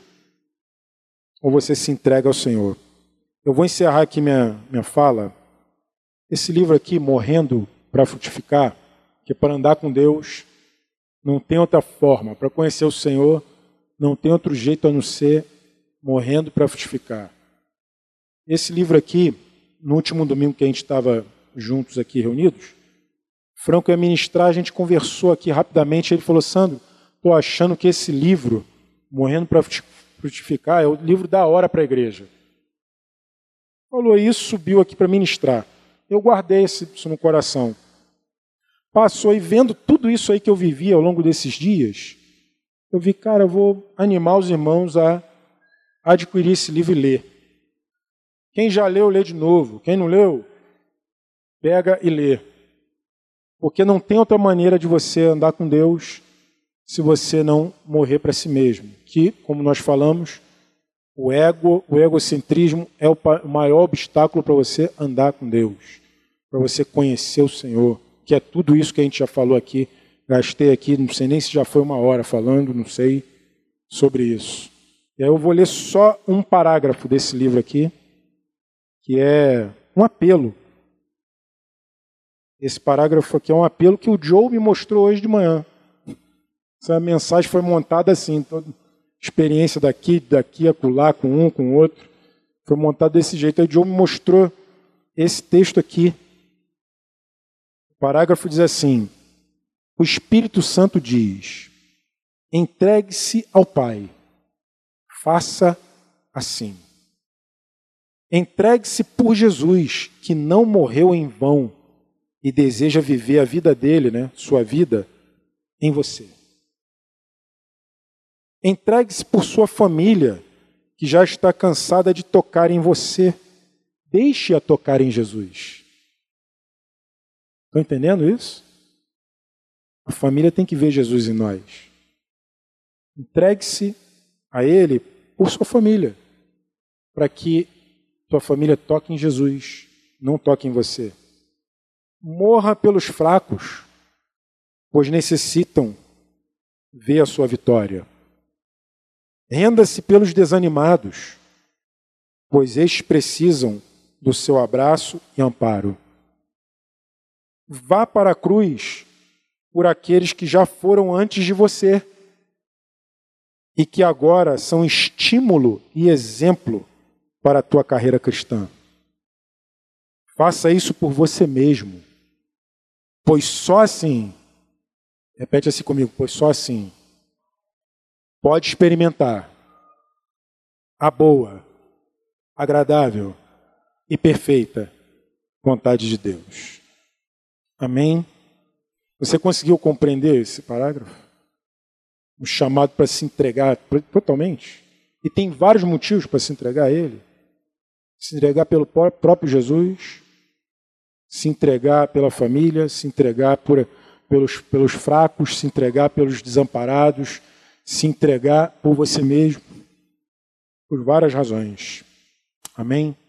A: Ou você se entrega ao Senhor. Eu vou encerrar aqui minha, minha fala. Esse livro aqui, Morrendo para Frutificar, que é para andar com Deus, não tem outra forma. Para conhecer o Senhor, não tem outro jeito a não ser morrendo para frutificar. Esse livro aqui, no último domingo que a gente estava juntos aqui reunidos, Franco ia ministrar, a gente conversou aqui rapidamente, ele falou, Sandro, estou achando que esse livro, Morrendo para Frutificar, é o livro da hora para a igreja. Falou isso, subiu aqui para ministrar. Eu guardei isso no coração. Passou e vendo tudo isso aí que eu vivi ao longo desses dias, eu vi, cara, eu vou animar os irmãos a adquirir esse livro e ler. Quem já leu, lê de novo. Quem não leu, pega e lê. Porque não tem outra maneira de você andar com Deus se você não morrer para si mesmo. Que, como nós falamos, o ego, o egocentrismo é o maior obstáculo para você andar com Deus, para você conhecer o Senhor, que é tudo isso que a gente já falou aqui. Gastei aqui, não sei nem se já foi uma hora falando, não sei, sobre isso. E aí eu vou ler só um parágrafo desse livro aqui, que é um apelo. Esse parágrafo aqui é um apelo que o Joe me mostrou hoje de manhã. Essa mensagem foi montada assim, toda experiência daqui, daqui, acolá, com um, com o outro. Foi montada desse jeito. Aí o Joe me mostrou esse texto aqui. O parágrafo diz assim, o Espírito Santo diz, entregue-se ao Pai, faça assim. Entregue-se por Jesus, que não morreu em vão e deseja viver a vida dele, né, sua vida, em você. Entregue-se por sua família, que já está cansada de tocar em você. Deixe-a tocar em Jesus. Estão entendendo isso? A família tem que ver Jesus em nós. Entregue-se a Ele por sua família, para que sua família toque em Jesus, não toque em você. Morra pelos fracos, pois necessitam ver a sua vitória. Renda-se pelos desanimados, pois estes precisam do seu abraço e amparo. Vá para a cruz por aqueles que já foram antes de você e que agora são estímulo e exemplo para a tua carreira cristã. Faça isso por você mesmo, pois só assim, repete assim comigo, pois só assim, pode experimentar a boa, agradável e perfeita vontade de Deus. Amém? Você conseguiu compreender esse parágrafo? Um chamado para se entregar totalmente. E tem vários motivos para se entregar a Ele. Se entregar pelo próprio Jesus, se entregar pela família, se entregar por, pelos, pelos fracos, se entregar pelos desamparados, se entregar por você mesmo, por várias razões. Amém?